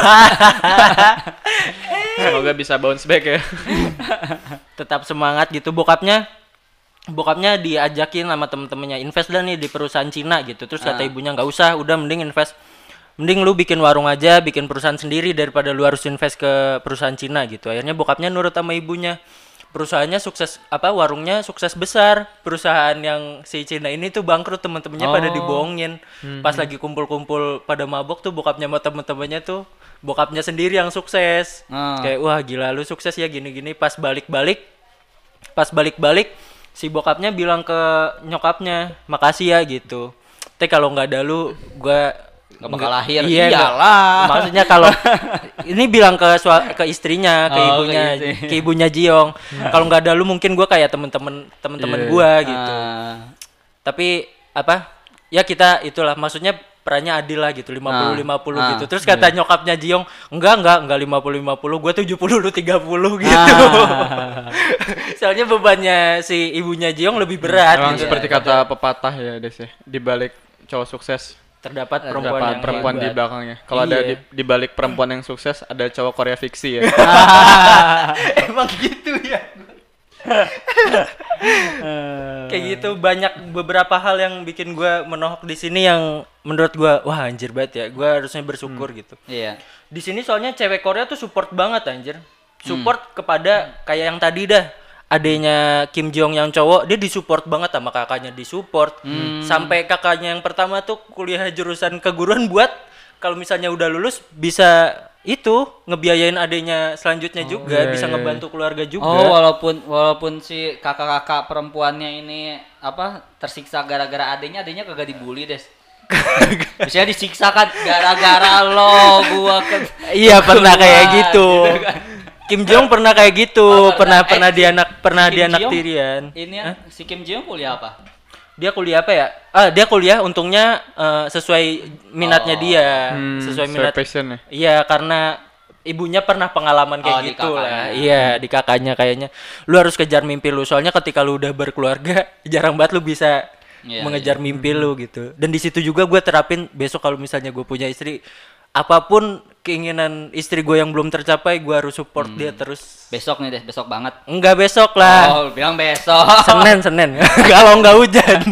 [SPEAKER 3] Semoga bisa bounce back ya.
[SPEAKER 2] tetap semangat gitu. Bokapnya bokapnya diajakin sama temen-temennya invest dah nih di perusahaan Cina gitu. Terus kata
[SPEAKER 1] Ah.
[SPEAKER 2] ibunya nggak usah, udah mending invest, mending lu bikin warung aja, bikin perusahaan sendiri daripada lu harus invest ke perusahaan Cina gitu. Akhirnya bokapnya nurut sama ibunya. Perusahaannya sukses, apa warungnya sukses besar. Perusahaan yang si Cina ini tuh bangkrut, temen-temennya pada
[SPEAKER 3] Oh.
[SPEAKER 2] dibohongin. Pas lagi kumpul-kumpul pada mabok tuh bokapnya sama temen-temennya tuh, bokapnya sendiri yang sukses.
[SPEAKER 1] Ah.
[SPEAKER 2] Kayak wah gila lu sukses ya gini-gini. Pas balik-balik, pas balik-balik si bokapnya bilang ke nyokapnya makasih ya gitu. Tapi kalau nggak ada lu, gua
[SPEAKER 1] Nggak bakal lahir.
[SPEAKER 2] Iya, nggak-
[SPEAKER 1] Iyalah.
[SPEAKER 2] maksudnya kalau ini bilang ke sua- ke istrinya, ke
[SPEAKER 1] Oh, ke
[SPEAKER 2] ibunya,
[SPEAKER 1] istri.
[SPEAKER 2] ke ibunya Jiong. Kalau nggak ada lu mungkin gua kayak temen-temen temen-temen
[SPEAKER 3] Iya.
[SPEAKER 2] gua gitu.
[SPEAKER 1] Ah.
[SPEAKER 2] Tapi apa? Ya kita itulah maksudnya perannya adil lah gitu, lima puluh lima puluh
[SPEAKER 1] Ah,
[SPEAKER 2] gitu. Terus kata nyokapnya Jiong, enggak enggak enggak lima puluh lima puluh, gua tujuh puluh lu tiga puluh gitu.
[SPEAKER 1] Ah.
[SPEAKER 2] Soalnya bebannya si ibunya Jiong lebih berat
[SPEAKER 3] Emang
[SPEAKER 2] gitu.
[SPEAKER 3] seperti kata pepatah ya, Des ya. Di balik cowok sukses
[SPEAKER 2] terdapat perempuan
[SPEAKER 3] terdapat
[SPEAKER 2] yang
[SPEAKER 3] perempuan di
[SPEAKER 2] hebat.
[SPEAKER 3] belakangnya. Kalau ada
[SPEAKER 2] Iya.
[SPEAKER 3] di, di balik perempuan yang sukses ada cowok Korea fiksi ya.
[SPEAKER 2] Emang gitu ya. Kayak gitu banyak beberapa hal yang bikin gua menohok di sini yang menurut gua wah anjir banget ya. Gua harusnya bersyukur gitu.
[SPEAKER 1] Iya.
[SPEAKER 2] Di sini soalnya cewek Korea tuh support banget anjir. Support kepada kayak yang tadi dah. Adenya Kim Jong yang cowok dia disupport banget sama kakaknya disupport. Sampai kakaknya yang pertama tuh kuliah jurusan keguruan buat kalau misalnya udah lulus bisa itu ngebiayain adenya selanjutnya juga,
[SPEAKER 3] iya,
[SPEAKER 2] bisa
[SPEAKER 3] iya,
[SPEAKER 2] ngebantu keluarga juga.
[SPEAKER 1] Oh, walaupun walaupun si kakak-kakak perempuannya ini apa tersiksa gara-gara adenya, adenya kagak dibully, Des. Biasanya disiksa kan gara-gara lo gua kan.
[SPEAKER 2] Iya pernah kayak gitu.
[SPEAKER 1] Gitu kan.
[SPEAKER 2] Kim Jong pernah kayak gitu,
[SPEAKER 1] Oh,
[SPEAKER 2] pernah
[SPEAKER 1] pernah.
[SPEAKER 2] pernah
[SPEAKER 1] Eh,
[SPEAKER 2] dianak pernah
[SPEAKER 1] Kim
[SPEAKER 2] dianak
[SPEAKER 1] Ji-young
[SPEAKER 2] tirian.
[SPEAKER 1] Ini ya, si Kim Ji Young kuliah apa?
[SPEAKER 2] Dia kuliah apa ya? Ah, dia kuliah untungnya eh, sesuai minatnya
[SPEAKER 1] Oh.
[SPEAKER 2] dia,
[SPEAKER 3] Hmm,
[SPEAKER 2] sesuai
[SPEAKER 3] sesuai
[SPEAKER 2] minat.
[SPEAKER 3] passion ya.
[SPEAKER 2] Iya, karena ibunya pernah pengalaman kayak
[SPEAKER 1] Oh, di
[SPEAKER 2] gitu lah.
[SPEAKER 1] kakaknya.
[SPEAKER 2] Iya, di kakaknya kayaknya. Lu harus kejar mimpi lu. Soalnya ketika lu udah berkeluarga, jarang banget lu bisa
[SPEAKER 1] Iya,
[SPEAKER 2] mengejar mimpi lu gitu. Dan di situ juga gue terapin besok kalau misalnya gue punya istri, apapun keinginan istri gue yang belum tercapai, gue harus support dia terus.
[SPEAKER 1] Besok nih, Des, besok banget.
[SPEAKER 2] Enggak besok lah.
[SPEAKER 1] Oh, lu bilang besok.
[SPEAKER 2] Senin, Senin. Kalau nggak hujan.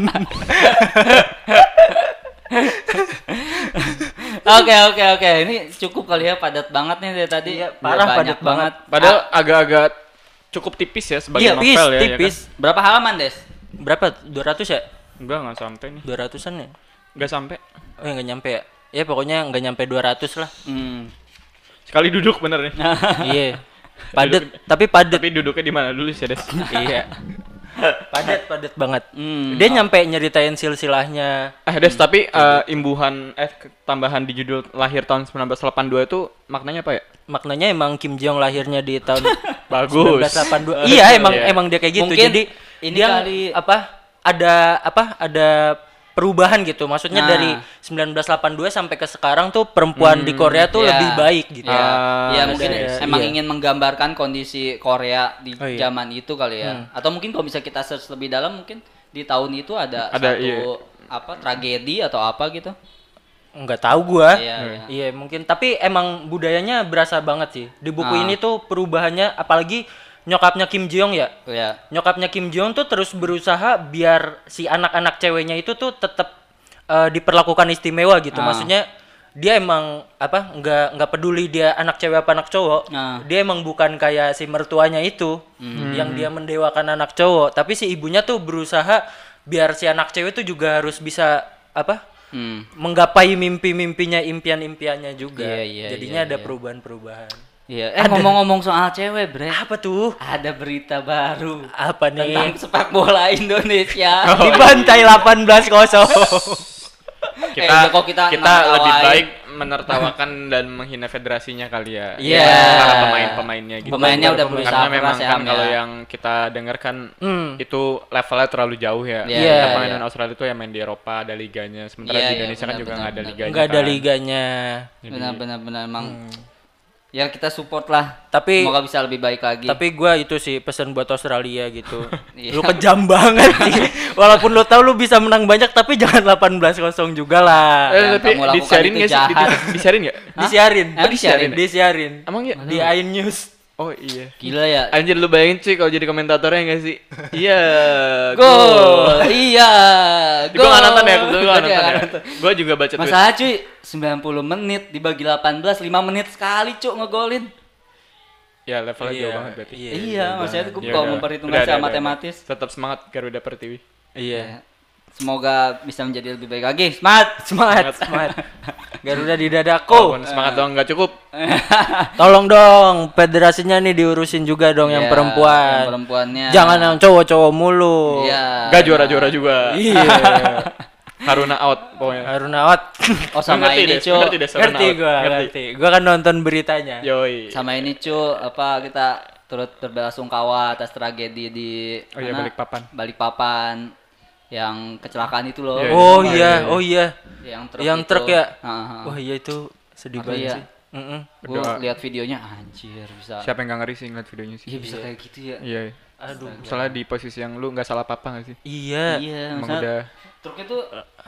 [SPEAKER 1] Oke, oke, oke. Ini cukup kali ya, padat banget nih dari tadi.
[SPEAKER 2] Iya,
[SPEAKER 1] Udah
[SPEAKER 2] parah,
[SPEAKER 1] banyak
[SPEAKER 2] padat banget.
[SPEAKER 3] Padahal agak-agak cukup tipis ya sebagai
[SPEAKER 2] Iya,
[SPEAKER 3] novel
[SPEAKER 2] tipis,
[SPEAKER 3] ya.
[SPEAKER 2] tipis.
[SPEAKER 3] Ya
[SPEAKER 1] Berapa halaman, Des?
[SPEAKER 2] Berapa? dua ratus ya?
[SPEAKER 3] kan? Enggak, enggak sampai nih.
[SPEAKER 2] dua ratusan ya?
[SPEAKER 3] Enggak sampai.
[SPEAKER 2] Oh, ya, nggak nyampe ya? Ya pokoknya nggak nyampe dua ratus lah.
[SPEAKER 1] Hmm.
[SPEAKER 3] Sekali duduk bener nih.
[SPEAKER 2] Iya. Padet, tapi padet.
[SPEAKER 3] Tapi duduknya di mana dulu sih, Des?
[SPEAKER 2] Iya. Padet, padet banget.
[SPEAKER 1] Hmm.
[SPEAKER 2] Dia nyampe nyeritain silsilahnya.
[SPEAKER 3] Eh, Des, tapi eh, imbuhan eh ke- tambahan di judul lahir tahun sembilan belas delapan puluh dua itu maknanya apa ya?
[SPEAKER 2] Maknanya emang Kim Jong lahirnya di tahun
[SPEAKER 3] Bagus.
[SPEAKER 2] seribu sembilan ratus delapan puluh dua. Iya, emang
[SPEAKER 3] Iya.
[SPEAKER 2] emang dia kayak gitu.
[SPEAKER 1] Mungkin
[SPEAKER 2] Jadi
[SPEAKER 1] ini
[SPEAKER 2] dia
[SPEAKER 1] kali-
[SPEAKER 2] apa? Ada apa? Ada perubahan gitu. Maksudnya
[SPEAKER 1] Nah.
[SPEAKER 2] dari sembilan belas delapan puluh dua sampai ke sekarang tuh perempuan di Korea tuh
[SPEAKER 1] Iya.
[SPEAKER 2] lebih baik gitu.
[SPEAKER 1] Iya,
[SPEAKER 3] Ah,
[SPEAKER 1] Iya,
[SPEAKER 3] ada,
[SPEAKER 1] mungkin
[SPEAKER 2] ada.
[SPEAKER 1] emang
[SPEAKER 2] Iya.
[SPEAKER 1] ingin menggambarkan kondisi Korea di
[SPEAKER 2] Oh, iya.
[SPEAKER 1] zaman itu kali ya. Atau mungkin kalau bisa kita search lebih dalam mungkin di tahun itu ada,
[SPEAKER 3] Ada,
[SPEAKER 1] satu
[SPEAKER 3] iya.
[SPEAKER 1] apa tragedi atau apa gitu.
[SPEAKER 2] Nggak tahu gua.
[SPEAKER 1] Iya, iya.
[SPEAKER 2] Iya, mungkin tapi emang budayanya berasa banget sih. Di buku
[SPEAKER 1] Ah.
[SPEAKER 2] ini tuh perubahannya apalagi nyokapnya Kim Ji Young ya.
[SPEAKER 1] Iya.
[SPEAKER 2] Nyokapnya Kim Ji Young tuh terus berusaha biar si anak-anak ceweknya itu tuh tetap eh, diperlakukan istimewa gitu.
[SPEAKER 1] Ah.
[SPEAKER 2] Maksudnya dia emang apa nggak nggak peduli dia anak cewek apa anak cowok.
[SPEAKER 1] Ah.
[SPEAKER 2] Dia emang bukan kayak si mertuanya itu yang dia mendewakan anak cowok, tapi si ibunya tuh berusaha biar si anak cewek tuh juga harus bisa apa?
[SPEAKER 1] Hmm.
[SPEAKER 2] Menggapai mimpi-mimpinya, impian-impiannya juga.
[SPEAKER 1] Iya, iya,
[SPEAKER 2] Jadinya
[SPEAKER 1] iya,
[SPEAKER 2] ada
[SPEAKER 1] iya.
[SPEAKER 2] perubahan-perubahan.
[SPEAKER 1] Iya. Eh ngomong-ngomong soal cewek, Bre.
[SPEAKER 2] Apa tuh?
[SPEAKER 1] Ada berita baru
[SPEAKER 2] Apa
[SPEAKER 1] tentang
[SPEAKER 2] nih?
[SPEAKER 1] sepak bola Indonesia.
[SPEAKER 2] Dibantai delapan belas kosong.
[SPEAKER 3] kita
[SPEAKER 1] Eh, kok kita
[SPEAKER 3] kita
[SPEAKER 1] nertawain?
[SPEAKER 3] lebih baik menertawakan dan menghina federasinya kali ya.
[SPEAKER 2] Iya.
[SPEAKER 3] Para pemain-pemainnya gitu.
[SPEAKER 1] Pemainnya udah
[SPEAKER 2] Karena
[SPEAKER 1] berusaha
[SPEAKER 3] Karena memang
[SPEAKER 1] keras ya,
[SPEAKER 3] kan
[SPEAKER 1] Ham,
[SPEAKER 3] kalau
[SPEAKER 1] ya.
[SPEAKER 3] yang kita dengarkan
[SPEAKER 2] Hmm.
[SPEAKER 3] itu levelnya terlalu jauh ya.
[SPEAKER 1] Iya,
[SPEAKER 2] iya,
[SPEAKER 3] Pemain
[SPEAKER 1] iya.
[SPEAKER 3] Australia itu yang main di Eropa ada liganya. Sementara
[SPEAKER 1] Iya,
[SPEAKER 3] di
[SPEAKER 1] iya,
[SPEAKER 3] Indonesia kan
[SPEAKER 1] benar,
[SPEAKER 3] juga
[SPEAKER 1] benar,
[SPEAKER 3] nggak ada
[SPEAKER 1] benar.
[SPEAKER 3] liganya.
[SPEAKER 2] Enggak ada
[SPEAKER 3] kan.
[SPEAKER 2] liganya.
[SPEAKER 1] Benar-benar benar emang. Ya kita support lah.
[SPEAKER 2] Tapi
[SPEAKER 1] Semoga bisa lebih baik lagi.
[SPEAKER 2] tapi gua itu sih pesan buat Australia gitu.
[SPEAKER 1] Iya.
[SPEAKER 2] Lu kejam banget sih. Walaupun lu tahu lu bisa menang banyak tapi jangan delapan belas kosong juga lah.
[SPEAKER 3] Eh,
[SPEAKER 1] Yang
[SPEAKER 3] tapi
[SPEAKER 1] kamu lakukan
[SPEAKER 3] disiarin
[SPEAKER 1] itu
[SPEAKER 3] nggak sih?
[SPEAKER 1] jahat.
[SPEAKER 3] Di- Disiarin nggak?
[SPEAKER 2] Disiarin.
[SPEAKER 1] Hah?
[SPEAKER 2] Oh, disiarin.
[SPEAKER 1] Disiarin?
[SPEAKER 2] Disiarin.
[SPEAKER 3] Emang ya?
[SPEAKER 2] Di A I News.
[SPEAKER 3] Oh iya.
[SPEAKER 1] Gila ya.
[SPEAKER 3] Anjir lu bayangin cuy kalau jadi komentatornya nggak sih? Iya.
[SPEAKER 1] Gol. Iya.
[SPEAKER 3] Gue nggak nonton ya, gue nggak
[SPEAKER 1] Iya,
[SPEAKER 3] nonton ya.
[SPEAKER 1] nggak nonton.
[SPEAKER 3] Gue juga baca tweet.
[SPEAKER 1] Masalah cuy, sembilan puluh menit dibagi delapan belas, lima menit sekali cuk ngegolin.
[SPEAKER 3] Ya levelnya
[SPEAKER 2] Iya,
[SPEAKER 3] jauh banget berarti.
[SPEAKER 2] iya.
[SPEAKER 1] Iya, maksudnya itu
[SPEAKER 3] Ya
[SPEAKER 1] kalau
[SPEAKER 3] udah.
[SPEAKER 1] memperhitungkan
[SPEAKER 3] Udah,
[SPEAKER 1] secara
[SPEAKER 3] udah, udah,
[SPEAKER 1] matematis.
[SPEAKER 3] udah. Tetap semangat Garuda Pertiwi.
[SPEAKER 2] Iya.
[SPEAKER 1] Semoga bisa menjadi lebih baik lagi. Semangat,
[SPEAKER 2] Semangat, semangat. Garuda di dadaku.
[SPEAKER 3] Walaupun semangat doang nggak cukup.
[SPEAKER 2] Tolong dong federasinya nih diurusin juga dong yang
[SPEAKER 1] Iya,
[SPEAKER 2] perempuan.
[SPEAKER 1] yang perempuannya.
[SPEAKER 2] Jangan yang cowok-cowok mulu.
[SPEAKER 1] Iya.
[SPEAKER 3] Gak juara-juara juga.
[SPEAKER 2] Iya.
[SPEAKER 3] Haruna out pokoknya.
[SPEAKER 2] Haruna out.
[SPEAKER 1] Oh sama
[SPEAKER 3] Ngerti
[SPEAKER 1] ini
[SPEAKER 3] deh,
[SPEAKER 1] cu.
[SPEAKER 3] ngerti deh, Haruna
[SPEAKER 2] Ngerti
[SPEAKER 3] out.
[SPEAKER 2] gua,
[SPEAKER 3] Ngerti.
[SPEAKER 2] ngerti. Gua kan nonton beritanya.
[SPEAKER 3] Yoi.
[SPEAKER 1] Sama ini cu, apa kita turut berbelasungkawa atas tragedi di
[SPEAKER 3] Oh iya,
[SPEAKER 1] mana?
[SPEAKER 3] Balikpapan.
[SPEAKER 1] Balikpapan yang kecelakaan itu loh.
[SPEAKER 3] Iya,
[SPEAKER 2] Oh
[SPEAKER 3] iya,
[SPEAKER 2] iya,
[SPEAKER 3] iya.
[SPEAKER 2] oh iya.
[SPEAKER 1] Yang truk
[SPEAKER 2] Yang
[SPEAKER 1] itu.
[SPEAKER 2] truk ya?
[SPEAKER 1] Heeh.
[SPEAKER 2] Wah, iya itu sedih
[SPEAKER 1] Tapi
[SPEAKER 2] banget
[SPEAKER 1] iya.
[SPEAKER 2] sih. Mm-mm.
[SPEAKER 1] Gue
[SPEAKER 3] Berdoa.
[SPEAKER 1] lihat videonya anjir bisa.
[SPEAKER 3] Siapa yang gak ngeri sih ngeliat videonya sih?
[SPEAKER 1] Iya bisa kayak gitu ya.
[SPEAKER 3] Iya.
[SPEAKER 2] Aduh.
[SPEAKER 3] Soalnya di posisi yang lu nggak salah apa-apa gak sih?
[SPEAKER 2] Iya.
[SPEAKER 1] Iya,
[SPEAKER 3] Emang
[SPEAKER 1] maksudnya
[SPEAKER 3] udah
[SPEAKER 1] truknya tuh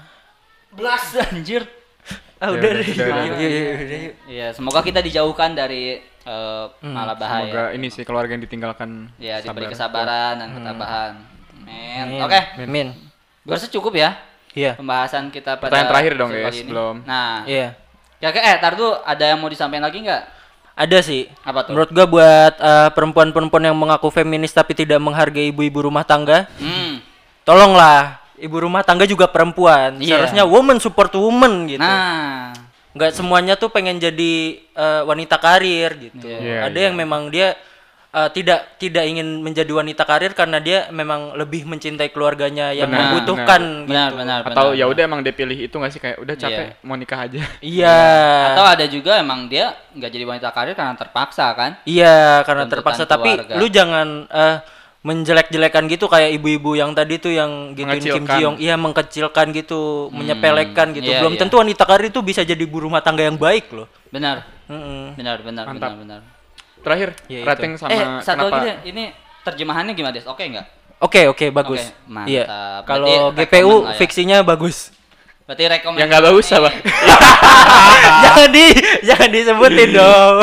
[SPEAKER 1] belas anjir.
[SPEAKER 2] Ah,
[SPEAKER 3] Ya
[SPEAKER 2] udah
[SPEAKER 3] udah,
[SPEAKER 2] deh.
[SPEAKER 3] udah, udah.
[SPEAKER 2] Iya, iya, udah. yuk.
[SPEAKER 1] Iya, semoga kita dijauhkan dari eh, malah bahaya.
[SPEAKER 3] semoga ini sih keluarga yang ditinggalkan
[SPEAKER 1] Ya, diberi
[SPEAKER 3] sabar.
[SPEAKER 1] kesabaran dan ketabahan. Men.
[SPEAKER 2] Min.
[SPEAKER 1] Oke,
[SPEAKER 2] Min.
[SPEAKER 1] gue rasa cukup ya
[SPEAKER 2] Iya.
[SPEAKER 1] pembahasan kita pada
[SPEAKER 3] Pertanyaan terakhir dong,
[SPEAKER 1] episode
[SPEAKER 3] guys,
[SPEAKER 1] kali ini.
[SPEAKER 3] sebelum.
[SPEAKER 1] Nah,
[SPEAKER 2] Iya.
[SPEAKER 1] ya eh tar dulu ada yang mau disampaikan lagi nggak?
[SPEAKER 2] Ada sih.
[SPEAKER 1] Apa tuh?
[SPEAKER 2] Menurut gua buat eh, perempuan-perempuan yang mengaku feminis tapi tidak menghargai ibu-ibu rumah tangga,
[SPEAKER 1] Hmm.
[SPEAKER 2] tolonglah, ibu rumah tangga juga perempuan.
[SPEAKER 1] Iya.
[SPEAKER 2] Seharusnya woman support woman gitu.
[SPEAKER 1] Nah,
[SPEAKER 2] Nggak semuanya tuh pengen jadi eh, wanita karir gitu.
[SPEAKER 3] Iya,
[SPEAKER 2] Ada
[SPEAKER 3] iya.
[SPEAKER 2] yang memang dia eh, tidak tidak ingin menjadi wanita karir karena dia memang lebih mencintai keluarganya yang
[SPEAKER 3] Benar,
[SPEAKER 2] membutuhkan
[SPEAKER 1] benar
[SPEAKER 2] gitu.
[SPEAKER 1] benar
[SPEAKER 3] Atau
[SPEAKER 1] benar.
[SPEAKER 3] ya udah emang dia pilih itu nggak sih kayak udah capek
[SPEAKER 1] Iya.
[SPEAKER 3] mau nikah aja.
[SPEAKER 2] Iya.
[SPEAKER 1] Atau ada juga emang dia nggak jadi wanita karir karena terpaksa kan?
[SPEAKER 2] Iya, karena
[SPEAKER 1] Tuntutan
[SPEAKER 2] terpaksa. Tapi
[SPEAKER 1] keluarga.
[SPEAKER 2] lu jangan eh, menjelek-jelekan gitu kayak ibu-ibu yang tadi tuh yang gituin Kim
[SPEAKER 3] Mengecilkan.
[SPEAKER 2] Ji Young. Iya, mengkecilkan gitu, menyepelekan gitu.
[SPEAKER 1] iya,
[SPEAKER 2] Belum
[SPEAKER 1] iya.
[SPEAKER 2] tentu wanita karir itu bisa jadi ibu rumah tangga yang baik loh.
[SPEAKER 1] Benar.
[SPEAKER 2] Mm-mm.
[SPEAKER 1] Benar benar
[SPEAKER 3] Mantap.
[SPEAKER 1] benar benar.
[SPEAKER 3] Terakhir
[SPEAKER 2] Iya, itu.
[SPEAKER 3] rating sama
[SPEAKER 1] eh, satu
[SPEAKER 3] kenapa
[SPEAKER 1] lagi deh, ini terjemahannya gimana, Des? Oke nggak?
[SPEAKER 2] Oke, oke, bagus.
[SPEAKER 1] Oke, mantap.
[SPEAKER 2] Iya.
[SPEAKER 1] Berarti
[SPEAKER 2] Kalau G P U
[SPEAKER 1] rekomen lah ya.
[SPEAKER 2] fiksinya bagus.
[SPEAKER 1] Berarti rekomendasi.
[SPEAKER 3] yang nggak bagus apa?
[SPEAKER 2] jangan di jangan disebutin dong.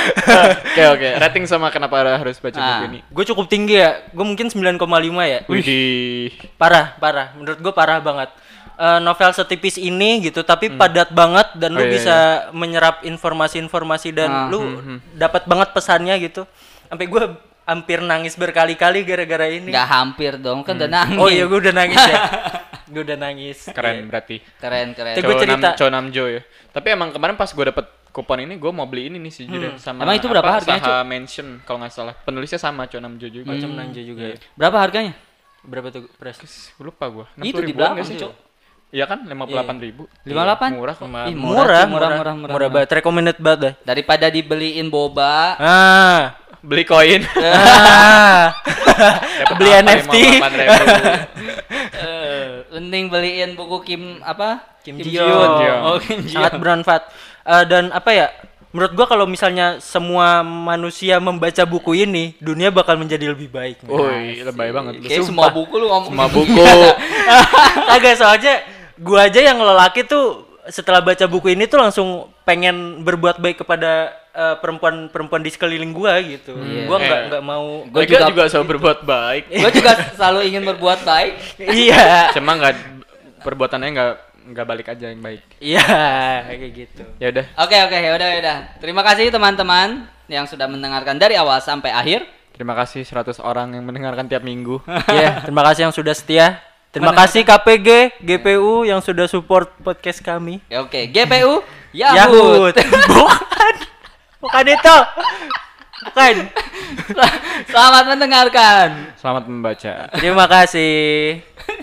[SPEAKER 3] Oke oke. Rating sama kenapa harus baca buku
[SPEAKER 1] Ah.
[SPEAKER 3] ini?
[SPEAKER 2] Gue cukup tinggi ya. Gue mungkin sembilan koma lima ya.
[SPEAKER 3] Widih.
[SPEAKER 2] Parah, parah. Menurut gue parah banget. Eh, novel setipis ini gitu, tapi padat banget dan
[SPEAKER 3] Oh,
[SPEAKER 2] lu
[SPEAKER 3] iya,
[SPEAKER 2] bisa menyerap informasi-informasi dan
[SPEAKER 1] Ah,
[SPEAKER 2] lu dapat banget pesannya gitu. Sampai gue hampir nangis berkali-kali gara-gara ini.
[SPEAKER 1] Nggak hampir dong, kan udah nangis.
[SPEAKER 2] Oh iya, gue udah nangis ya. Gue udah nangis.
[SPEAKER 3] Keren
[SPEAKER 2] Iya.
[SPEAKER 3] berarti.
[SPEAKER 1] Keren keren.
[SPEAKER 2] Tapi- Gua
[SPEAKER 3] Cho
[SPEAKER 2] cerita.
[SPEAKER 3] Nam- Cho Namjo ya. Tapi emang kemarin pas gue dapet kupon ini gue mau beli ini nih sih jujur sama
[SPEAKER 1] Emang itu berapa
[SPEAKER 3] apa,
[SPEAKER 1] harganya,
[SPEAKER 3] Saha Mansion kalau nggak salah. Penulisnya sama Cho Namjo juga.
[SPEAKER 2] Macam nanja juga ya.
[SPEAKER 1] Berapa harganya?
[SPEAKER 2] Berapa tuh, Pres?
[SPEAKER 3] Gue lupa gue.
[SPEAKER 1] Itu di belakang, Cok.
[SPEAKER 3] Iya kan lima puluh delapan ribu.
[SPEAKER 1] lima puluh delapan?
[SPEAKER 3] Murah kok.
[SPEAKER 2] Ma-
[SPEAKER 1] Ih,
[SPEAKER 2] murah,
[SPEAKER 1] murah,
[SPEAKER 2] murah,
[SPEAKER 1] murah,
[SPEAKER 2] murah,
[SPEAKER 1] murah,
[SPEAKER 2] murah banget. Recommended banget dah.
[SPEAKER 1] Daripada dibeliin boba,
[SPEAKER 2] Ah,
[SPEAKER 3] Beli koin.
[SPEAKER 2] ah.
[SPEAKER 3] Dapat
[SPEAKER 2] Beli
[SPEAKER 3] apa,
[SPEAKER 2] N F T.
[SPEAKER 3] lima puluh delapan ribu.
[SPEAKER 1] eh, Mending beliin buku Kim apa?
[SPEAKER 2] Kim
[SPEAKER 1] Ji
[SPEAKER 2] Ji-yoon.
[SPEAKER 1] Yoon. Oh, Kim Ji
[SPEAKER 2] Sangat
[SPEAKER 1] Yoon.
[SPEAKER 2] bermanfaat. Eh, dan apa ya? Menurut gua kalau misalnya semua manusia membaca buku ini, dunia bakal menjadi lebih baik.
[SPEAKER 3] Woi, lebay banget.
[SPEAKER 1] Kayak semua buku lu ngomong.
[SPEAKER 3] Semua buku.
[SPEAKER 2] Kagak, soalnya gua aja yang lelaki tuh setelah baca buku ini tuh langsung pengen berbuat baik kepada eh, perempuan-perempuan di sekeliling gua gitu.
[SPEAKER 1] Iya.
[SPEAKER 2] Gua nggak
[SPEAKER 3] Eh.
[SPEAKER 2] nggak mau.
[SPEAKER 1] Gua
[SPEAKER 3] Ega
[SPEAKER 1] juga-
[SPEAKER 3] juga selalu berbuat baik.
[SPEAKER 1] Gue juga selalu ingin berbuat baik.
[SPEAKER 2] Iya.
[SPEAKER 3] Cuma nggak perbuatannya nggak nggak balik aja yang baik.
[SPEAKER 2] Iya, kayak gitu.
[SPEAKER 3] Ya udah.
[SPEAKER 1] Oke oke ya udah ya udah. Terima kasih teman-teman yang sudah mendengarkan dari awal sampai akhir.
[SPEAKER 3] Terima kasih seratus orang yang mendengarkan tiap minggu.
[SPEAKER 2] Ya, terima kasih yang sudah setia. Terima
[SPEAKER 1] Mana-
[SPEAKER 2] kasih K P G, G P U yang sudah support podcast kami.
[SPEAKER 1] Ya, oke, G P U
[SPEAKER 2] Yahut.
[SPEAKER 1] Yahut.
[SPEAKER 2] Bukan. Bukan itu. Bukan.
[SPEAKER 1] Selamat mendengarkan.
[SPEAKER 3] Selamat membaca.
[SPEAKER 2] Terima kasih.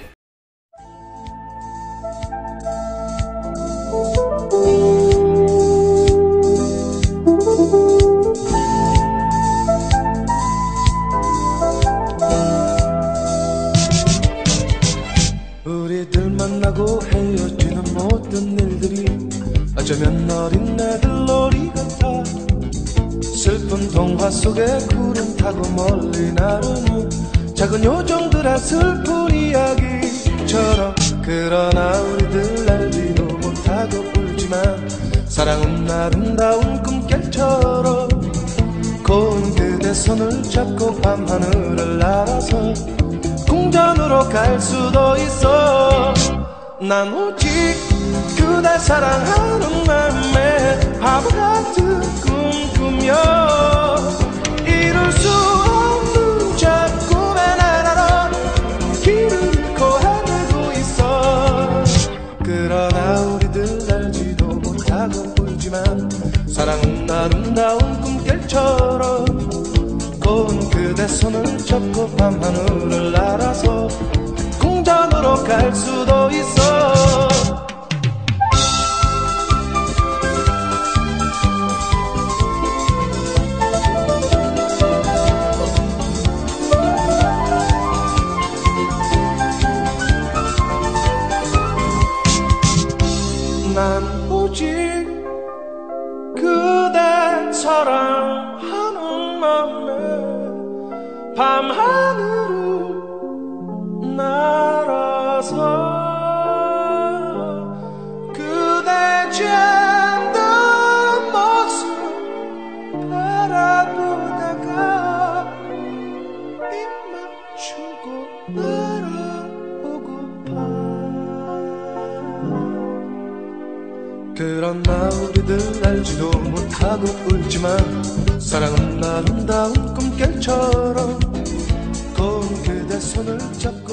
[SPEAKER 4] 우리들 만나고 헤어지는 모든 일들이 어쩌면 어린애들 놀이 같아 슬픈 동화 속에 구름 타고 멀리 나르는 작은 요정들의 슬픈 이야기처럼 그러나 우리들 알지도 못하고 울지만 사랑은 아름다운 꿈결처럼 고운 그대 손을 잡고 밤하늘을 날아서 궁전으로 갈 수도 있어 난 오직 그댈 사랑하는 맘에 바보 같은 꿈꾸며 이룰 수 없는 저 꿈의 나라로 길을 잃고 헤매고 있어 그러나 우리들 알지도 못하고 울지만 사랑은 아름다운 꿈결처럼 고운 그대 손을 잡고 밤하늘을 날아서 궁전으로 갈 수도 있어 난 오직 그대 사랑하는 맘에 밤하늘을 날아서 그대 잠든 모습 바라보다가 입 맞추고 날아오고파 그러나 우리들 알지도 못하고 울지만 사랑은 아름다운 꿈결처럼 고운 그대 손을 잡고